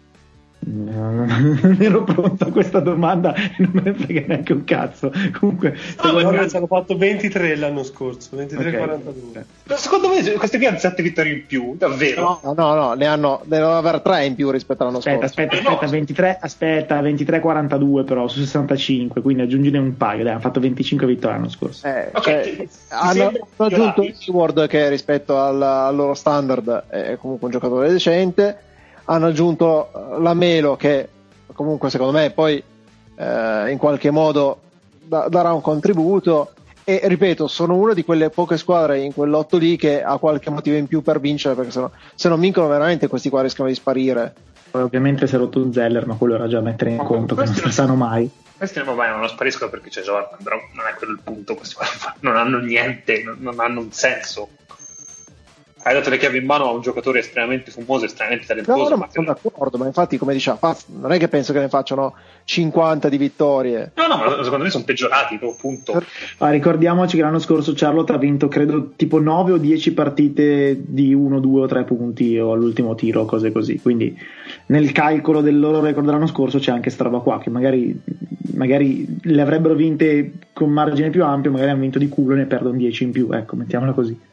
No, non ero pronto a questa domanda e non me ne frega neanche un cazzo. Comunque, No, secondo me- ragazzi, hanno fatto ventitré l'anno scorso, ventitré Ok. quarantadue. Secondo me questi qui hanno sette vittorie in più, davvero. No, no, no, ne hanno, devono avere tre in più rispetto all'anno aspetta, scorso. aspetta, aspetta, ventitré, aspetta, ventitré quarantadue però su sessantacinque, quindi aggiungine un paio, dai, hanno fatto venticinque vittorie l'anno scorso. Eh, Ok, cioè, ti- ti hanno, sembra hanno aggiunto migliorati? Hayward, che rispetto al, al loro standard è comunque un giocatore decente, hanno aggiunto eh, la Melo, che comunque secondo me poi eh, in qualche modo da- darà un contributo, e ripeto, sono una di quelle poche squadre in quell'otto lì che ha qualche motivo in più per vincere, perché se, no, se non vincono veramente questi qua rischiano di sparire. Poi ovviamente si è rotto un Zeller, ma quello era già da mettere in Ma conto, che non questo- si sanno mai. Questi non, vai, non spariscono perché c'è Jordan, però non è quello il punto. Questi qua non hanno niente, non, non hanno un senso. hai dato le chiavi in mano a un giocatore estremamente famoso, estremamente talentuoso. No, no, ma sono d'accordo, ma infatti, come diceva Paz, non è che penso che ne facciano cinquanta di vittorie. No, no, ma secondo me sono peggiorati, appunto. Ah, ricordiamoci che l'anno scorso Charlotte ha vinto, credo, tipo nove o dieci partite di uno, due o tre punti o all'ultimo tiro, cose così. Quindi nel calcolo del loro record dell'anno scorso c'è anche sta roba qua, che magari, magari le avrebbero vinte con margine più ampio, magari hanno vinto di culo e ne perdono dieci in più, ecco, mettiamola così.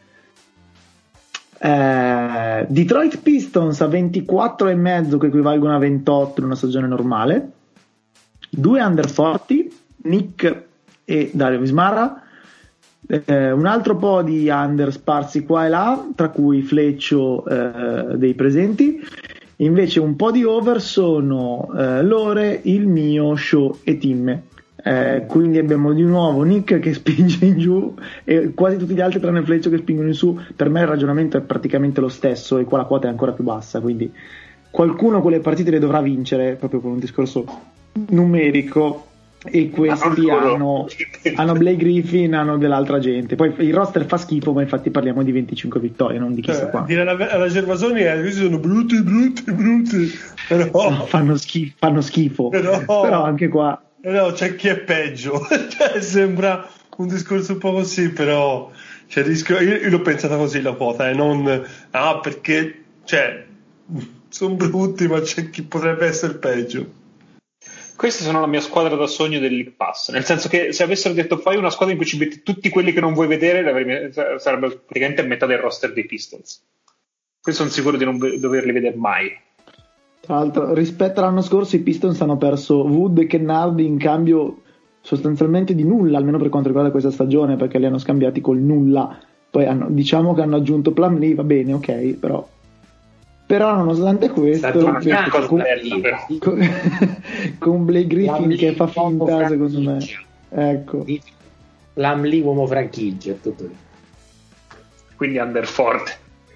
Eh, Detroit Pistons a ventiquattro e mezzo, che equivalgono a ventotto in una stagione normale, due under quaranta, Nick e Dario Vismara, eh, un altro po' di under sparsi qua e là, tra cui Fleccio eh, dei presenti. Invece un po' di over sono eh, Lore, il mio, Show e Timme. Eh, quindi abbiamo di nuovo Nick che spinge in giù e quasi tutti gli altri tranne Fleccio che spingono in su. Per me il ragionamento è praticamente lo stesso e qua la quota è ancora più bassa, quindi qualcuno quelle partite le dovrà vincere proprio con un discorso numerico, e questi hanno, hanno Blake Griffin, hanno dell'altra gente. Poi il roster fa schifo, ma infatti parliamo di venticinque vittorie, non di chissà eh, quanto. Dire alla, alla Gervasoni è questi sono brutti brutti brutti, però no, fanno, schifo, fanno schifo però, però anche qua no, c'è chi è peggio. Cioè, sembra un discorso un po' così, però cioè, rischio, io, io l'ho pensata così la quota, e eh, non ah perché cioè sono brutti, ma c'è chi potrebbe essere peggio. Queste sono la mia squadra da sogno del League Pass, nel senso che se avessero detto fai una squadra in cui ci metti tutti quelli che non vuoi vedere, sarebbe praticamente a metà del roster dei Pistons. Questo sono sicuro di non doverli vedere mai. Tra l'altro, rispetto all'anno scorso i Pistons hanno perso Wood e Kennard in cambio sostanzialmente di nulla, almeno per quanto riguarda questa stagione, perché li hanno scambiati col nulla. Poi hanno, diciamo che hanno aggiunto Plumlee, va bene, ok, però però nonostante questo con, con, con Blake Griffin Plumlee, che fa finta, secondo me, ecco, Plumlee uomo franchigia, tutto lì. Quindi under forte.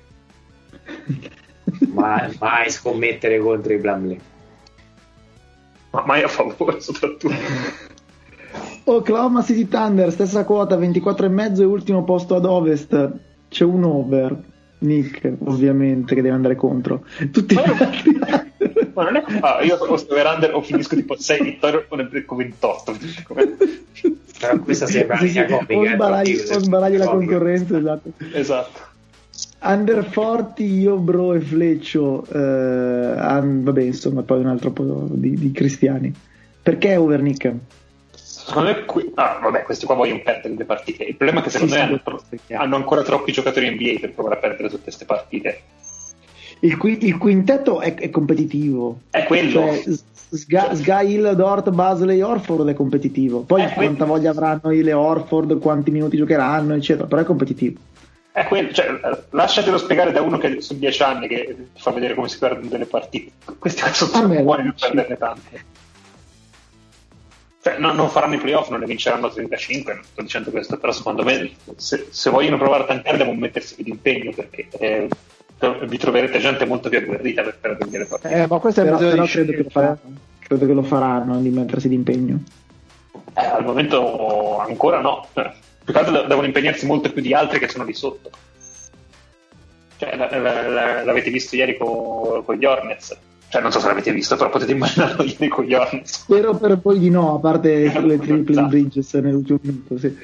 mai, mai scommettere contro i Plumlee, ma mai a favore soprattutto. Oklahoma City Thunder stessa quota, ventiquattro e mezzo, e ultimo posto ad ovest. C'è un over, Nick ovviamente, che deve andare contro tutti ma gli altri. Ma non è ah, io ho over o finisco tipo sei vittorie o ne becco ventotto. Però questa sembra sì, sì, o sbaragli, o sbaragli la concorrenza, esatto. Esatto. Under quaranta io, Bro e Fleccio, eh, han, vabbè, insomma, poi un altro po' di, di cristiani. Perché over, Nick? Secondo me qui, ah, vabbè, questi qua vogliono perdere le partite. Il problema è che secondo sì, me hanno, hanno ancora troppi giocatori N B A per provare a perdere tutte queste partite. Il, il quintetto è, è competitivo. È quello. Cioè, Sga, Sga Hill, Dort, Basley, Orford è competitivo. Poi è quanta quello. Voglia avranno le Orford, quanti minuti giocheranno, eccetera. Però è competitivo. È quello, cioè, lasciatelo spiegare da uno che sono dieci anni che fa vedere come si perdono delle partite. Questi cazzo sono buoni per perderne tante. Cioè, no, non faranno i playoff, non ne vinceranno trentacinque, non sto dicendo questo, però secondo me se, se vogliono provare a tankare devono mettersi di impegno, perché eh, vi troverete gente molto più agguerrita per perdere le partite. Eh, ma questo è però, però credo, che lo faranno, credo che lo faranno di mettersi di impegno. Eh, al momento ancora no. Più che altro devono impegnarsi molto più di altri che sono di sotto. Cioè, l- l- l- l'avete visto ieri con, con gli Hornets. Cioè, non so se l'avete visto, però potete immaginarlo ieri con gli Hornets. Spero per voi di no, a parte le triple Bridges nell'ultimo minuto, sì.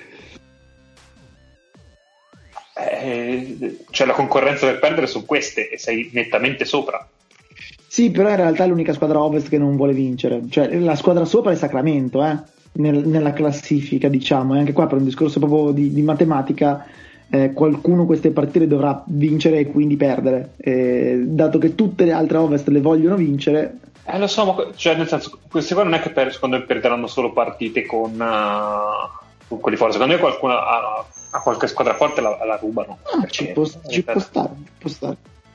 Eh, cioè, la concorrenza per perdere su queste e sei nettamente sopra. Sì, però in realtà è l'unica squadra ovest che non vuole vincere. Cioè, la squadra sopra è Sacramento, eh, nel, nella classifica, diciamo. E anche qua, per un discorso proprio di, di matematica, Eh, qualcuno queste partite dovrà vincere e quindi perdere, eh, dato che tutte le altre ovest le vogliono vincere. Eh lo so, ma cioè, nel senso, questi qua non è che per, secondo me perderanno solo partite con, uh, con quelli forti. Secondo me qualcuno ha, ha qualche squadra forte la, la rubano. Ah, ci può, ci può stare, ci può stare.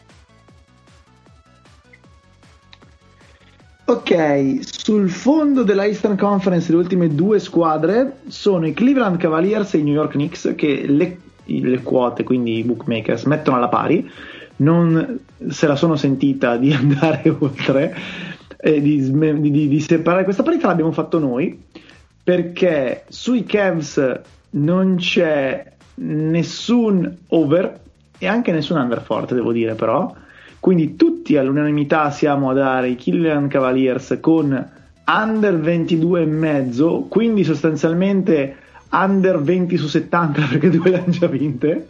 Ok, sul fondo della Eastern Conference le ultime due squadre sono i Cleveland Cavaliers e i New York Knicks, che le le quote, quindi i bookmakers, mettono alla pari. Non se la sono sentita di andare oltre e di, di, di separare questa parità. L'abbiamo fatto noi perché sui Cavs non c'è nessun over e anche nessun under forte, devo dire, però. Quindi tutti all'unanimità siamo a dare i Cleveland Cavaliers con under ventidue e mezzo, quindi sostanzialmente under venti su settanta, perché due le hanno già vinte.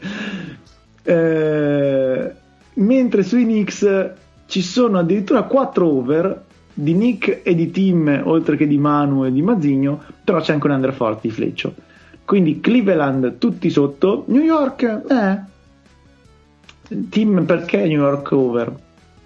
Eh, mentre sui Knicks ci sono addirittura quattro over di Nick e di Tim, oltre che di Manu e di Mazzigno, però c'è anche un under forte di Fleccio. Quindi Cleveland tutti sotto, New York eh Tim, perché New York over?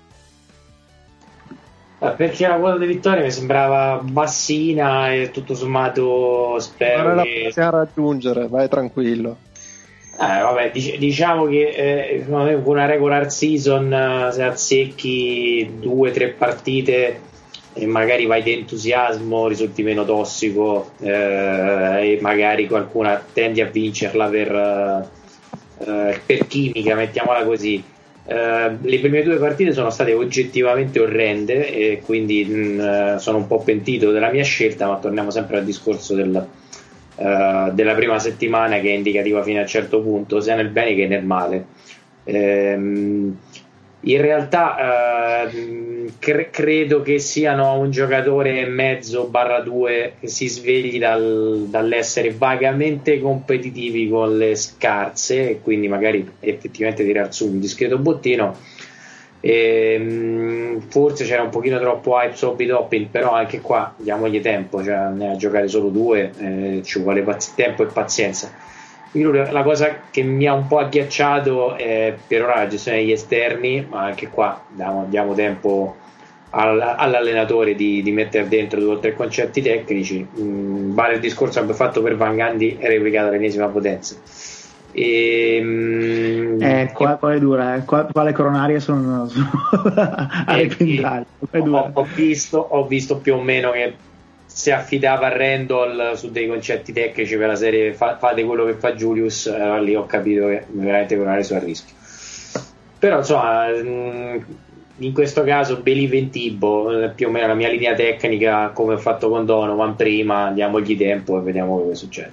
Perché la quota di vittoria mi sembrava bassina e tutto sommato spero non che... la possiamo raggiungere, vai tranquillo. Eh, vabbè, dic- diciamo che eh, con una regular season eh, se azzecchi due o tre partite e magari vai di entusiasmo, risulti meno tossico eh, e magari qualcuna tendi a vincerla per, eh, per chimica, mettiamola così. Uh, le prime due partite sono state oggettivamente orrende e quindi mh, sono un po' pentito della mia scelta, ma torniamo sempre al discorso del, uh, della prima settimana, che è indicativa fino a un certo punto sia nel bene che nel male. Um, in realtà uh, cre- credo che siano un giocatore e mezzo barra due che si svegli dal, dall'essere vagamente competitivi con le scarse e quindi magari effettivamente tirar su un discreto bottino. E, um, forse c'era un pochino troppo hype su Obi Toppin, però anche qua diamogli tempo, cioè ne ha giocate solo due, eh, ci vuole paz- tempo e pazienza. La cosa che mi ha un po' agghiacciato è per ora la gestione degli esterni, ma anche qua diamo, diamo tempo all, all'allenatore di, di mettere dentro due o tre concetti tecnici. Mm, vale il discorso che abbiamo fatto per Van Gundy e replicato all'ennesima potenza. E, mm, eh, qua, qua è dura, eh. qua, qua le coronarie sono, sono a repentare. Ho, ho, visto, ho visto più o meno che si affidava a Randall su dei concetti tecnici per la serie fa, fate quello che fa Julius, allora lì ho capito che veramente non è reso a rischio. Però insomma in questo caso Believe in Tibo, più o meno la mia linea tecnica come ho fatto con Donovan prima, diamogli tempo e vediamo cosa succede.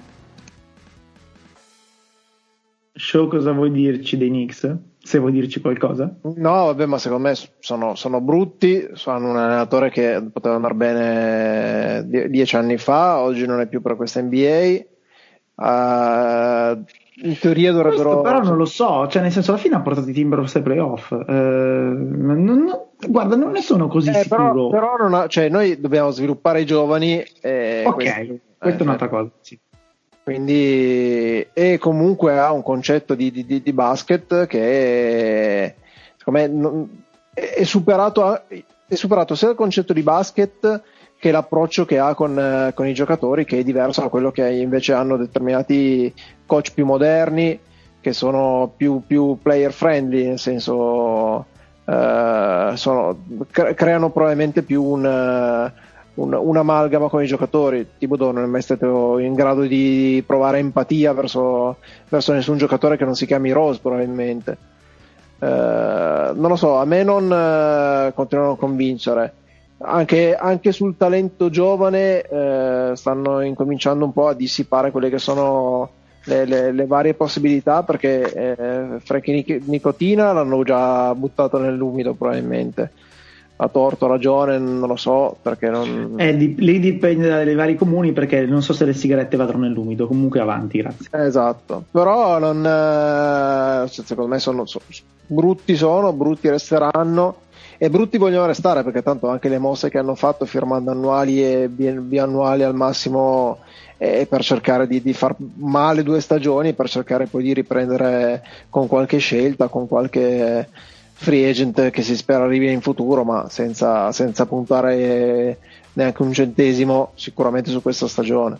Show, cosa vuoi dirci dei Knicks? Se vuoi dirci qualcosa? No, vabbè, ma secondo me sono, sono brutti, hanno un allenatore che poteva andare bene die- dieci anni fa, oggi non è più per questa N B A. Uh, in teoria dovrebbero... Questo però non lo so, cioè nel senso alla fine ha portato i Timberwolves ai playoff. Uh, non, non, guarda, non ne sono così eh, sicuro. Però, però non ha, cioè noi dobbiamo sviluppare i giovani. E ok, questo, questa eh, è un'altra cosa, sì. Quindi, e comunque ha un concetto di, di, di basket che è, secondo me non, è, superato, è superato sia il concetto di basket che l'approccio che ha con, con i giocatori, che è diverso da quello che invece hanno determinati coach più moderni, che sono più, più player friendly, nel senso eh, sono, cre- creano probabilmente più un Un, un'amalgama con i giocatori. Thibodeau non è mai stato in grado di provare empatia verso, verso nessun giocatore che non si chiami Rose, probabilmente. Eh, non lo so, a me non eh, continuano a convincere. Anche, anche sul talento giovane eh, stanno incominciando un po' a dissipare quelle che sono le, le, le varie possibilità, perché eh, Frankie Nicotina l'hanno già buttato nell'umido probabilmente. Ha torto, ragione, non lo so, perché non... Eh, di, lì dipende dai vari comuni, perché non so se le sigarette vadano nell'umido, comunque avanti, grazie. Esatto, però non, eh, secondo me sono, sono brutti, sono brutti resteranno, e brutti vogliono restare, perché tanto anche le mosse che hanno fatto firmando annuali e biannuali al massimo è per cercare di, di far male due stagioni, per cercare poi di riprendere con qualche scelta, con qualche free agent che si spera arrivi in futuro, ma senza, senza puntare neanche un centesimo sicuramente su questa stagione.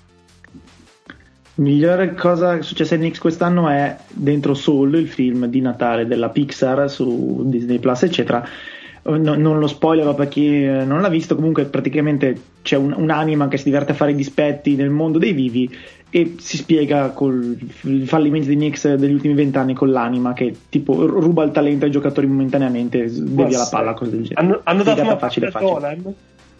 Migliore cosa che è successa ai Knicks quest'anno è dentro Soul, il film di Natale della Pixar su Disney Plus eccetera. No, non lo spoilerò per chi non l'ha visto, comunque praticamente c'è un, un'anima che si diverte a fare i dispetti nel mondo dei vivi e si spiega col il fallimento dei Knicks degli ultimi vent'anni con l'anima che tipo ruba il talento ai giocatori momentaneamente, devia la palla, cose del genere. Hanno, hanno dato una facile facile.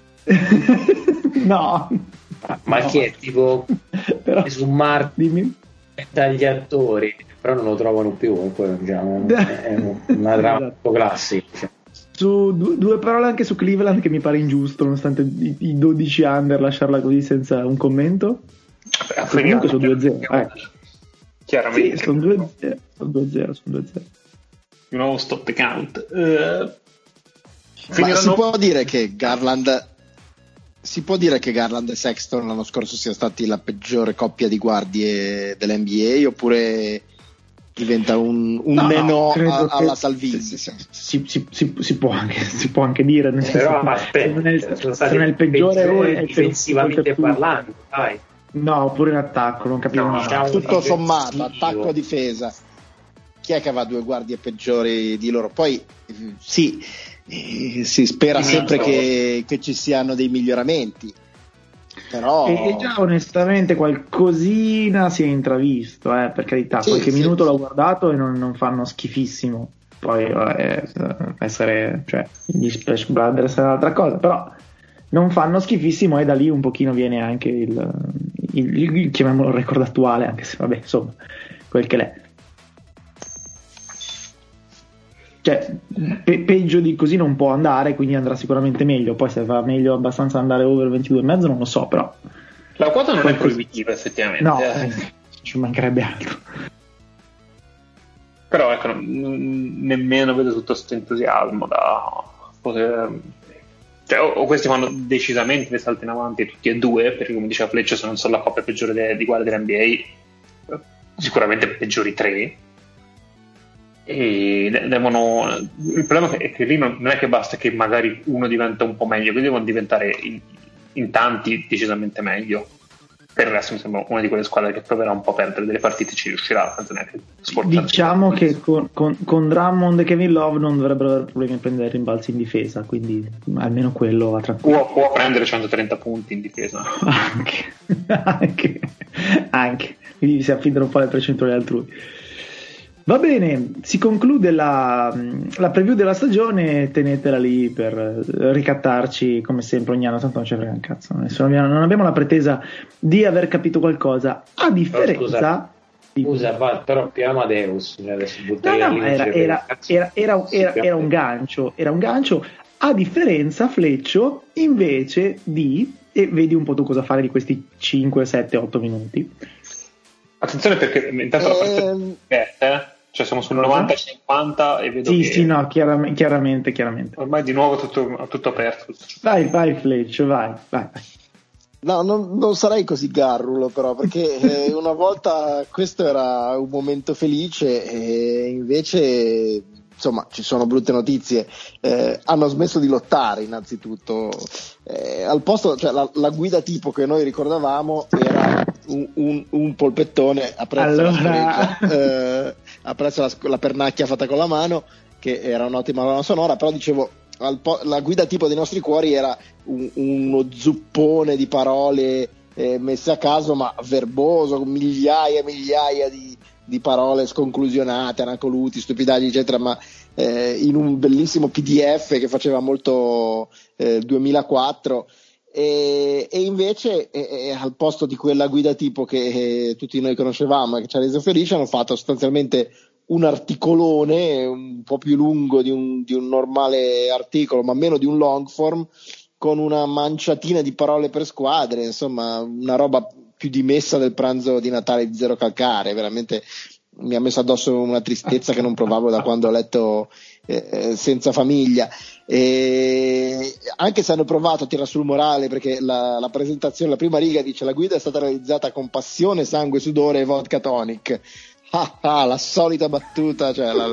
No, ma no. Che è tipo però su Marte dimmi dagli attori però non lo trovano più, comunque, diciamo, è una trama classica. Su due, due parole anche su Cleveland, che mi pare ingiusto nonostante i, i dodici under lasciarla così senza un commento. Beh, comunque sono due zero, eh. Chiaramente sì, sono due zero, sono due zero, sono due zero. Di nuovo stop the count. Uh, Ma si può dire che Garland si può dire che Garland e Sexton l'anno scorso sia stati la peggiore coppia di guardie dell'N B A, oppure diventa un, un no, meno no, a, alla che, Salvini? Si, si, si, si, si, può anche, si può anche dire, nel senso, però aspetta, non è, sono stati non è il peggiore, peggiori è difensivamente parlando, dai. No, pure in attacco, non capivo no, no, tutto sommato, attacco difesa, chi è che aveva due guardie peggiori di loro? Poi sì, si spera sempre che, che ci siano dei miglioramenti, però e, e già onestamente qualcosina si è intravisto, eh, per carità, sì, qualche sì, minuto sì. l'ho guardato e non, non fanno schifissimo. Poi eh, essere, cioè, gli Splash Brothers è un'altra cosa, però non fanno schifissimo, e da lì un pochino viene anche il, il, il, il chiamiamolo record attuale, anche se vabbè, insomma, quel che l'è. Cioè, pe- peggio di così non può andare, quindi andrà sicuramente meglio. Poi se va meglio abbastanza andare over ventidue e mezzo non lo so, però la quota non Qual- è proibitiva effettivamente, no, eh. ci mancherebbe altro. Però ecco, n- nemmeno vedo tutto questo entusiasmo da poter, cioè, o, o questi fanno decisamente dei salti in avanti tutti e due, perché come diceva Fleccio, se non sono la coppia peggiore de- di guardie dell'N B A, sicuramente peggiori tre, e de- devono, il problema è che lì non, non è che basta che magari uno diventa un po' meglio, quindi devono diventare in, in tanti decisamente meglio. Per il resto mi sembra una di quelle squadre che proverà un po' a perdere delle partite, ci riuscirà, senza neanche sforzarsi. Diciamo che con, con, con Drummond e Kevin Love non dovrebbero avere problemi a prendere rimbalzi in difesa, quindi almeno quello va tranquillo. Può, può prendere centotrenta punti in difesa. Anche, anche, anche. Quindi si affidano un po' alle percentuali altrui. Va bene, si conclude la, la preview della stagione, tenetela lì per ricattarci come sempre ogni anno, tanto non ci frega un cazzo, nessuno abbiamo, non abbiamo la pretesa di aver capito qualcosa, a differenza di... Scusa, va, però più Amadeus, adesso no, no, era, era, era, era, era, era un gancio, era un gancio, a differenza, Fleccio, invece di, e vedi un po' tu cosa fare di questi cinque, sette, otto minuti. Attenzione perché intanto la partita è eh? Cioè siamo sul novanta cinquanta e vedo sì, che sì, no, chiaramente, chiaramente, chiaramente. ormai di nuovo tutto, tutto aperto. Vai, vai Fleccio, vai, vai. No, non, non sarei così garrulo però, perché eh, una volta questo era un momento felice e invece insomma ci sono brutte notizie. Eh, hanno smesso di lottare innanzitutto, eh, al posto, cioè la, la guida tipo che noi ricordavamo era un, un, un polpettone a prezzo allora... la eh, a prezzo la, la pernacchia fatta con la mano, che era un'ottima colonna sonora, però dicevo al po- la guida tipo dei nostri cuori era un, uno zuppone di parole eh, messe a caso ma verboso, con migliaia e migliaia di, di parole sconclusionate, anacoluti, stupidaggini eccetera, ma eh, in un bellissimo P D F che faceva molto eh, duemilaquattro. E, e invece eh, al posto di quella guida tipo che eh, tutti noi conoscevamo e che ci ha reso felici, hanno fatto sostanzialmente un articolone un po' più lungo di un, di un normale articolo, ma meno di un long form, con una manciatina di parole per squadre, insomma una roba più dimessa del pranzo di Natale di Zero Calcare. Veramente mi ha messo addosso una tristezza che non provavo da quando ho letto eh, Senza famiglia. E anche se hanno provato a tirare sul morale, perché la, la presentazione, la prima riga dice: la guida è stata realizzata con passione, sangue, sudore e vodka tonic. Ah, ah, la solita battuta, cioè la,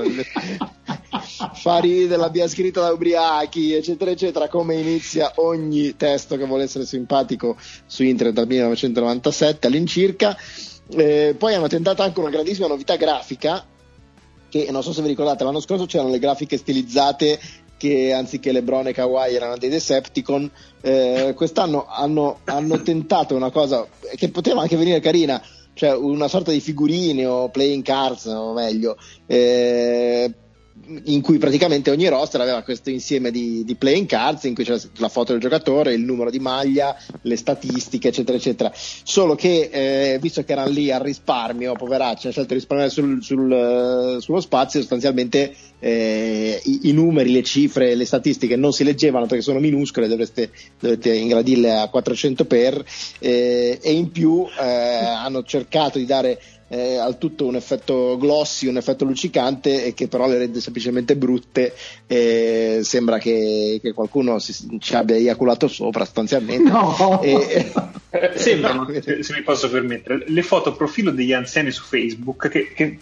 fa ridere, l'abbiamo scritto da ubriachi eccetera eccetera, come inizia ogni testo che vuole essere simpatico su internet dal millenovecentonovantasette all'incirca. Eh, poi hanno tentato anche una grandissima novità grafica, che non so se vi ricordate, l'anno scorso c'erano le grafiche stilizzate che anziché LeBron e Kawhi erano dei Decepticon. Eh, quest'anno hanno, hanno tentato una cosa che poteva anche venire carina, cioè una sorta di figurine o playing cards, o meglio, eh, in cui praticamente ogni roster aveva questo insieme di, di playing cards in cui c'era la foto del giocatore, il numero di maglia, le statistiche, eccetera eccetera. Solo che eh, visto che erano lì al risparmio, poveracci, hanno scelto di risparmiare sul, sul, sullo spazio, sostanzialmente eh, i, i numeri, le cifre, le statistiche non si leggevano perché sono minuscole, dovreste, dovete ingradirle a quattrocento per eh, e in più eh, hanno cercato di dare Eh, al tutto un effetto glossy, un effetto luccicante, e che però le rende semplicemente brutte. Eh, sembra che, che qualcuno si, ci abbia eiaculato sopra sostanzialmente. No. E, eh, sembrano, se, se mi posso permettere, le foto profilo degli anziani su Facebook che, che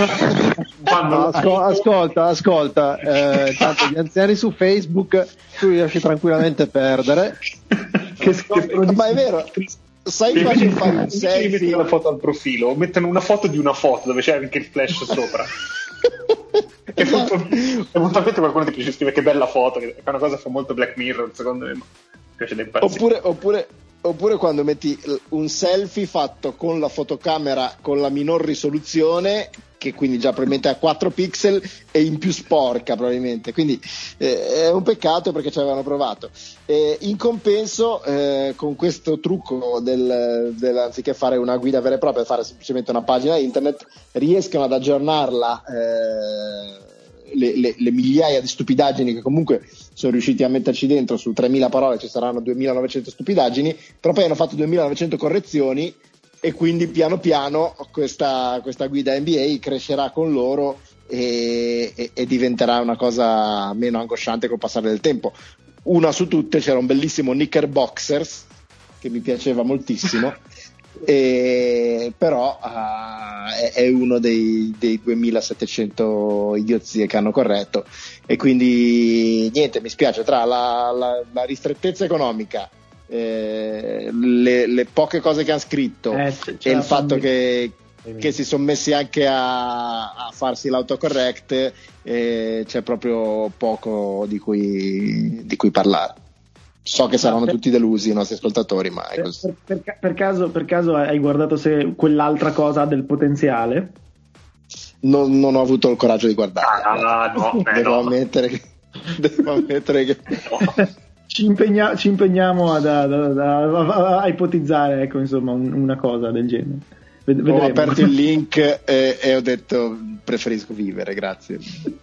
no, ascol- ascolta, ascolta, eh, tanto gli anziani su Facebook tu li lasci tranquillamente perdere. che, che, ma è vero. Sai, faccio fare un selfie, mettono la foto al profilo, mettono una foto di una foto dove c'è anche il flash sopra. E eventualmente qualcuno ti ci scrive che bella foto, che è una cosa che fa molto Black Mirror, secondo me, ma piace da impazzire. Oppure, oppure, oppure quando metti un selfie fatto con la fotocamera con la minor risoluzione, che quindi già probabilmente ha quattro pixel e in più sporca probabilmente, quindi eh, è un peccato perché ci avevano provato. Eh, in compenso eh, con questo trucco del, del, anziché fare una guida vera e propria, fare semplicemente una pagina internet, riescono ad aggiornarla eh, le, le, le migliaia di stupidaggini che comunque sono riusciti a metterci dentro. Su tremila parole ci saranno duemilanovecento stupidaggini, però poi hanno fatto duemilanovecento correzioni, e quindi piano piano questa, questa guida N B A crescerà con loro e, e, e diventerà una cosa meno angosciante col passare del tempo. Una su tutte, c'era un bellissimo Knickerboxers che mi piaceva moltissimo e, però uh, è, è uno dei, dei duemilasettecento idiozie che hanno corretto, e quindi niente, mi spiace, tra la, la, la ristrettezza economica, Eh, le, le poche cose che ha scritto eh, e il fatto che, che si sono messi anche a, a farsi l'autocorrect, eh, c'è proprio poco di cui, di cui parlare. So che saranno per, tutti delusi i nostri ascoltatori, ma è così. Per, per, per, caso, per caso hai guardato se quell'altra cosa ha del potenziale? Non, non ho avuto il coraggio di guardare. Ah, no, beh, devo, no. Ammettere che, devo ammettere che no. Ci, impegna, ci impegniamo ad, ad, ad, ad, a ipotizzare, ecco, insomma, un, una cosa del genere. Vedremo. Ho aperto il link e, e ho detto preferisco vivere, grazie.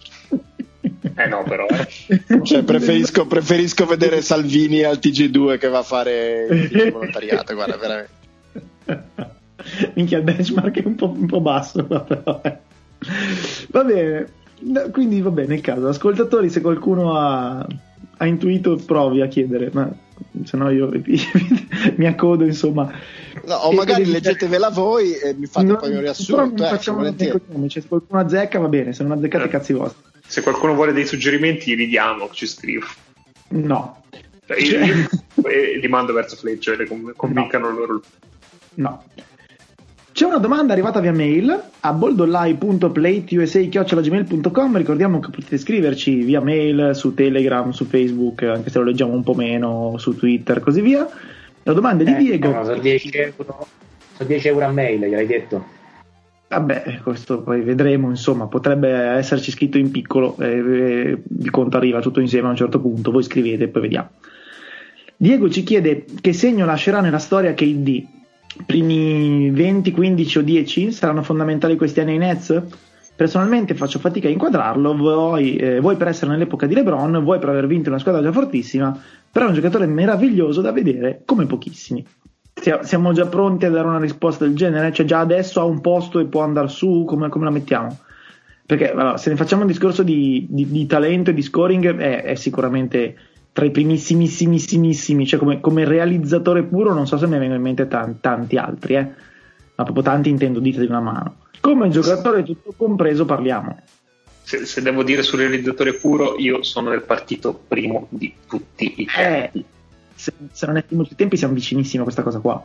Eh no, però cioè, preferisco, preferisco vedere Salvini al T G due che va a fare il volontariato, guarda, veramente. Minchia, il benchmark è un po', un po' basso, però. Va bene, quindi va bene, nel caso, ascoltatori, se qualcuno ha ha intuito, provi a chiedere, ma se no io mi accodo, insomma. No, o magari leggetevela voi e mi fate no, poi un riassunto. Eh, facciamo se qualcuno azzecca va bene, se non azzeccate eh. cazzi vostri. Se qualcuno vuole dei suggerimenti li diamo, ci scrivo. No. Cioè, io, io, io li mando verso Fletcher, le convincano no. loro. No. C'è una domanda arrivata via mail a boldolai punto plateusa chiocciola gmail punto com. Ricordiamo che potete scriverci via mail, su Telegram, su Facebook, anche se lo leggiamo un po' meno, su Twitter, così via. La domanda è di eh, Diego. No, sono dieci euro, sono dieci euro a mail, gliel'hai detto? Vabbè, questo poi vedremo, insomma, potrebbe esserci scritto in piccolo, eh, il conto arriva tutto insieme a un certo punto, voi scrivete e poi vediamo. Diego ci chiede che segno lascerà nella storia K D. Primi venti, quindici o dieci saranno fondamentali questi anni ai Nets? Personalmente faccio fatica a inquadrarlo, vuoi, eh, vuoi per essere nell'epoca di LeBron, vuoi per aver vinto una squadra già fortissima, però è un giocatore meraviglioso da vedere come pochissimi. Siamo già pronti a dare una risposta del genere? Cioè già adesso ha un posto e può andare su? Come, come la mettiamo? Perché allora, se ne facciamo un discorso di, di, di talento e di scoring, è, è sicuramente tra i primissimissimi, cioè come, come realizzatore puro non so se mi vengono in mente tanti, tanti altri, eh? Ma proprio tanti intendo dita di una mano. Come giocatore tutto compreso parliamo. Se, se devo dire sul realizzatore puro, io sono del partito primo di tutti i tempi. Eh, se, se non è primo di tutti i tempi siamo vicinissimi a questa cosa qua.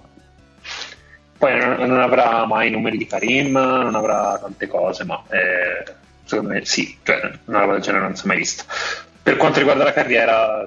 Poi non, non avrà mai i numeri di Karim, non avrà tante cose, ma eh, secondo me sì, cioè una roba del genere non si è mai vista. Per quanto riguarda la carriera,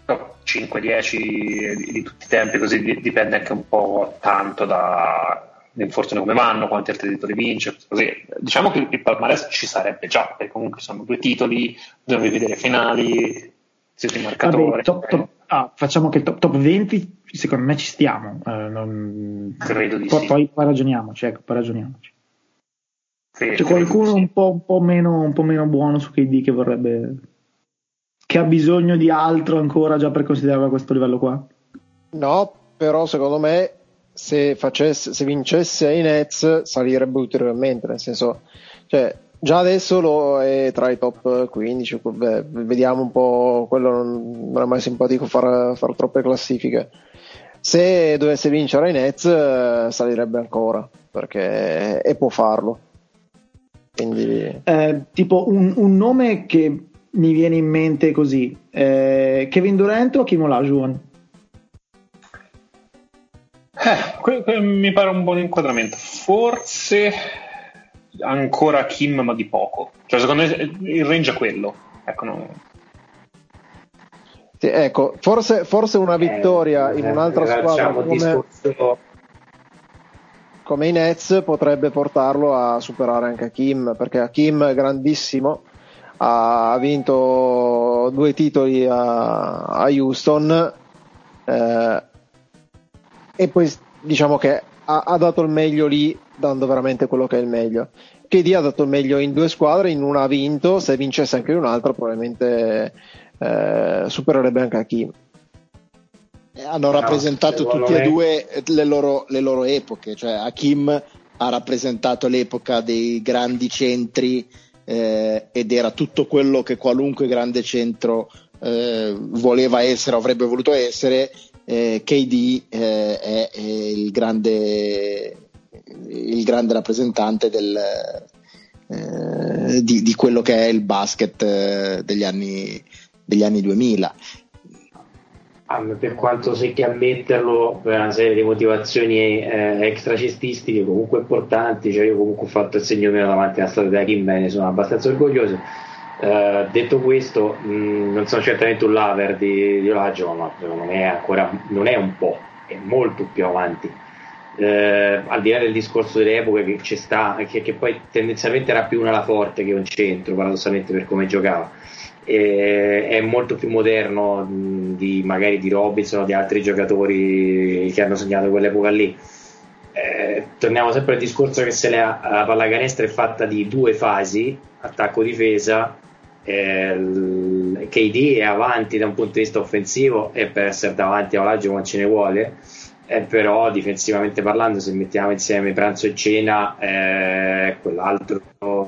cinque dieci di, di tutti i tempi, così dipende anche un po' tanto da, le infortuni come vanno, quanti altri titoli vince, così. Diciamo che il palmarès ci sarebbe già, perché comunque sono due titoli, dovevi vedere finali, siete marcatori. Vabbè, top, top, ah, facciamo che top, top venti, secondo me ci stiamo. Eh, non... Credo di poi, sì. Poi, poi ragioniamoci, ecco, poi ragioniamoci. Credo, C'è qualcuno sì. un po', un po' meno, un po' meno buono su K D che vorrebbe, che ha bisogno di altro ancora già per considerarlo a questo livello qua? No, però secondo me se facesse, se vincesse ai Nets salirebbe ulteriormente, nel senso, cioè già adesso lo è tra i top quindici. Beh, vediamo un po', quello non, non è mai simpatico fare far troppe classifiche. Se dovesse vincere ai Nets salirebbe ancora, perché e può farlo. Quindi Eh, tipo un, un nome che mi viene in mente così, eh, Kevin Durant o Hakeem Olajuwon? Eh, que- que- mi pare un buon inquadramento. Forse ancora Kim, ma di poco. Cioè, secondo me il range è quello. Ecco, no. sì, ecco, forse, forse una vittoria eh, in un'altra eh, squadra facciamo come, discorso... come i Nets potrebbe portarlo a superare anche Hakeem, perché Hakeem è grandissimo, ha vinto due titoli a, a Houston, eh, e poi diciamo che ha, ha dato il meglio lì, dando veramente quello che è il meglio. K D ha dato il meglio in due squadre, in una ha vinto, se vincesse anche in un'altra probabilmente eh, supererebbe anche Hakeem. Hanno No, rappresentato secondo tutti me- e due le loro, le loro epoche, cioè Hakeem ha rappresentato l'epoca dei grandi centri, eh, ed era tutto quello che qualunque grande centro eh, voleva essere o avrebbe voluto essere. eh, K D eh, è, è il grande il grande rappresentante del, eh, di, di quello che è il basket eh, degli anni degli anni duemila. Ah, per quanto secchi ammetterlo, per una serie di motivazioni eh, extracestistiche comunque importanti, cioè io comunque ho fatto il segno meno davanti alla storia di Hakeem, ne sono abbastanza orgoglioso. Eh, detto questo, mh, non sono certamente un lover di, di Olajuwon, ma secondo me è ancora, non è un po', è molto più avanti. Eh, al di là del discorso delle epoche che ci sta, che, che poi tendenzialmente era più una ala forte che un centro, paradossalmente, per come giocava. Eh, è molto più moderno mh, di magari di Robinson o di altri giocatori che hanno segnato quell'epoca lì. Eh, torniamo sempre al discorso che se la, la pallacanestro è fatta di due fasi, attacco-difesa. eh, K D è avanti da un punto di vista offensivo e per essere davanti a Olajuwon ce ne vuole, eh, però difensivamente parlando, se mettiamo insieme pranzo e cena, eh, quell'altro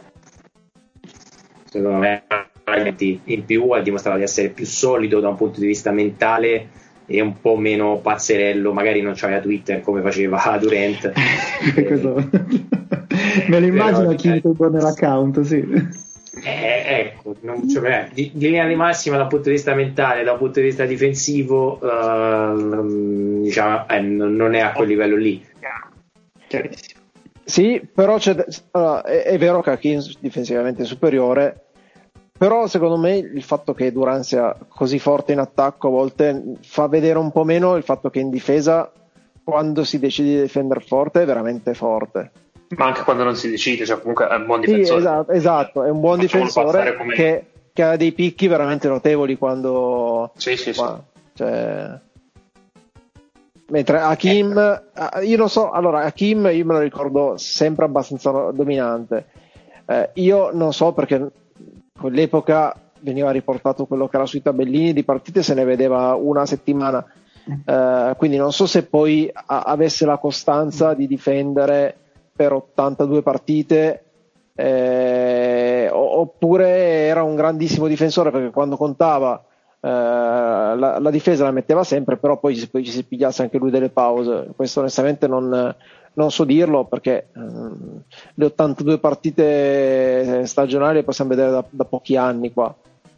secondo me in più ha dimostrato di essere più solido da un punto di vista mentale e un po' meno pazzerello, magari non c'aveva Twitter come faceva Durant. Questo... me lo immagino Però, chi eh, eh. nell'account, sì. Eh, ecco, non, cioè, di, di linea di massima dal punto di vista mentale, dal punto di vista difensivo, uh, diciamo, eh, non è a quel livello lì. Chiarissimo. Sì, però c'è, allora, è, è vero che Hakeem difensivamente è superiore, però secondo me il fatto che Durant sia così forte in attacco a volte fa vedere un po' meno il fatto che in difesa, quando si decide di difendere forte, è veramente forte. Ma anche quando non si decide, cioè comunque è un buon Sì, difensore. esatto, esatto, è un buon Facciamolo difensore passare come- che, che ha dei picchi veramente notevoli quando... Sì, sì, sì. qua- cioè... Mentre Hakeem, eh, io non so, allora Hakeem io me lo ricordo sempre abbastanza dominante. Eh, io non so perché quell'epoca veniva riportato quello che era sui tabellini di partite, se ne vedeva una settimana, eh, quindi non so se poi a- avesse la costanza di difendere per ottantadue partite, eh, o- oppure era un grandissimo difensore perché quando contava eh, la, la difesa la metteva sempre, però poi, poi ci si pigliasse anche lui delle pause. Questo onestamente non, non so dirlo perché ehm, le ottantadue partite stagionali le possiamo vedere da, da pochi anni qua.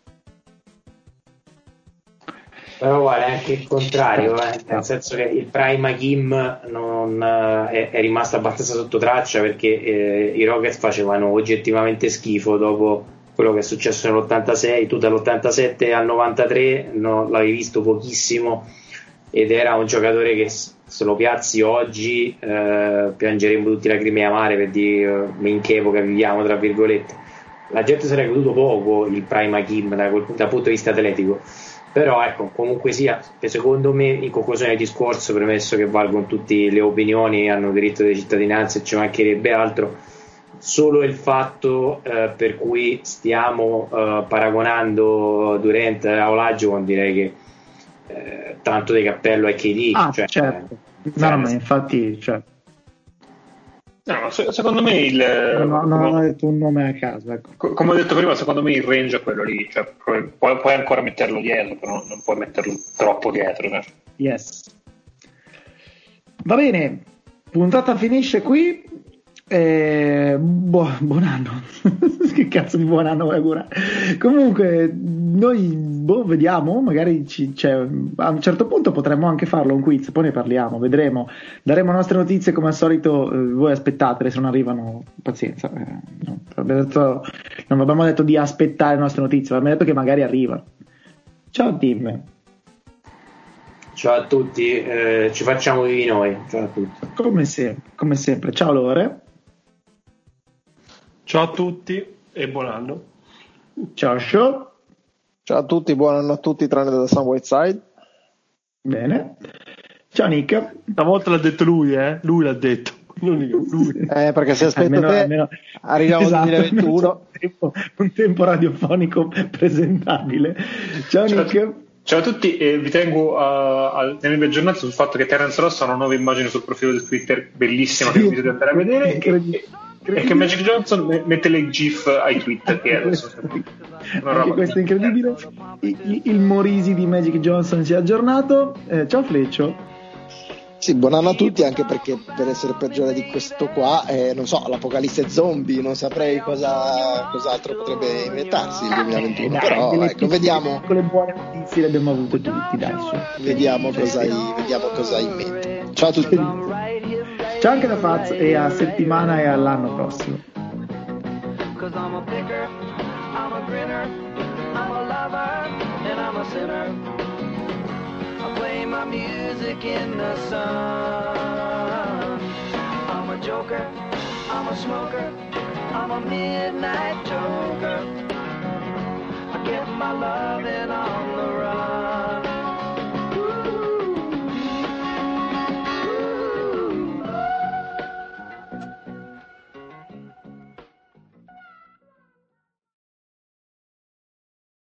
Però guarda, è anche il contrario, eh, nel senso che il prime Hakeem non, eh, è, è rimasto abbastanza sotto traccia perché eh, i Rockets facevano oggettivamente schifo dopo quello che è successo nell'ottantasei. Tu dall'ottantasette al novantatré no, l'avevi visto pochissimo, ed era un giocatore che se lo piazzi oggi eh, piangeremo tutti lacrime amare per dire in che epoca viviamo, tra virgolette. La gente se ne è goduto poco il Prime Hakim da quel dal punto di vista atletico, però ecco, comunque sia, secondo me, in conclusione del discorso, premesso che valgono tutte le opinioni, hanno diritto di cittadinanza e ci mancherebbe altro, solo il fatto eh, per cui stiamo eh, paragonando Durant a Olajuwon, direi che eh, tanto di cappello è K D. Ah, cioè, certo. eh, No, no, ma infatti, cioè, No, se- secondo me il no, no, non ho come, detto un nome a caso, ecco. co- come ho detto prima, secondo me il range è quello lì, cioè, puoi, puoi ancora metterlo dietro, però non puoi metterlo troppo dietro. Cioè. Yes. Va bene, puntata finisce qui. Eh, buo- buon anno. Che cazzo di buon anno vuoi augurare? Comunque, noi boh, vediamo, magari ci, cioè, a un certo punto potremmo anche farlo un quiz, poi ne parliamo, vedremo. Daremo nostre notizie come al solito, eh, voi aspettatele, se non arrivano, pazienza. Eh, no, abbiamo detto- non abbiamo detto di aspettare le nostre notizie, abbiamo detto che magari arrivano. Ciao team. ciao a tutti, eh, ci facciamo vivi noi. Ciao a tutti. Come sempre, come sempre. Ciao Lore. Ciao a tutti e buon anno. Ciao Show. Ciao a tutti, buon anno a tutti tranne da Sun Whiteside. Bene. Ciao Nick. Stavolta l'ha detto lui, eh? Lui l'ha detto. Non io, lui. Eh, perché se aspetta Almeno- te almeno- arriviamo esatto, al duemilaventuno. almeno c'è un tempo, un tempo radiofonico presentabile. Ciao Ciao, Nick. ciao a tutti e vi tengo uh, al- nelle mie giornate sul fatto che Terence Ross ha una nuova immagine sul profilo di Twitter bellissima che vi invito ad andare a vedere e, Incredibile. e che Magic Johnson me- mette le gif ai tweet che adesso una Anche roba questo è incredibile. Il, il- il Morisi di Magic Johnson si è aggiornato. Eh, ciao Fleccio. Sì, buon anno a tutti, anche perché per essere peggiore di questo qua, eh, non so, l'apocalisse zombie, non saprei cosa cos'altro potrebbe inventarsi il duemilaventuno, Dai, però delle ecco, piccole- vediamo, Con le buone notizie le abbiamo avute tutti, dai su. vediamo cosa hai, vediamo cosa hai in mente. Ciao a tutti. Ciao anche da Faz e a settimana e all'anno prossimo. Cause I'm a picker, I'm a grinner, I'm a lover, and I'm a sinner. I play my music in the sun. I'm a joker, I'm a smoker, I'm a midnight joker. I get my loving on the run.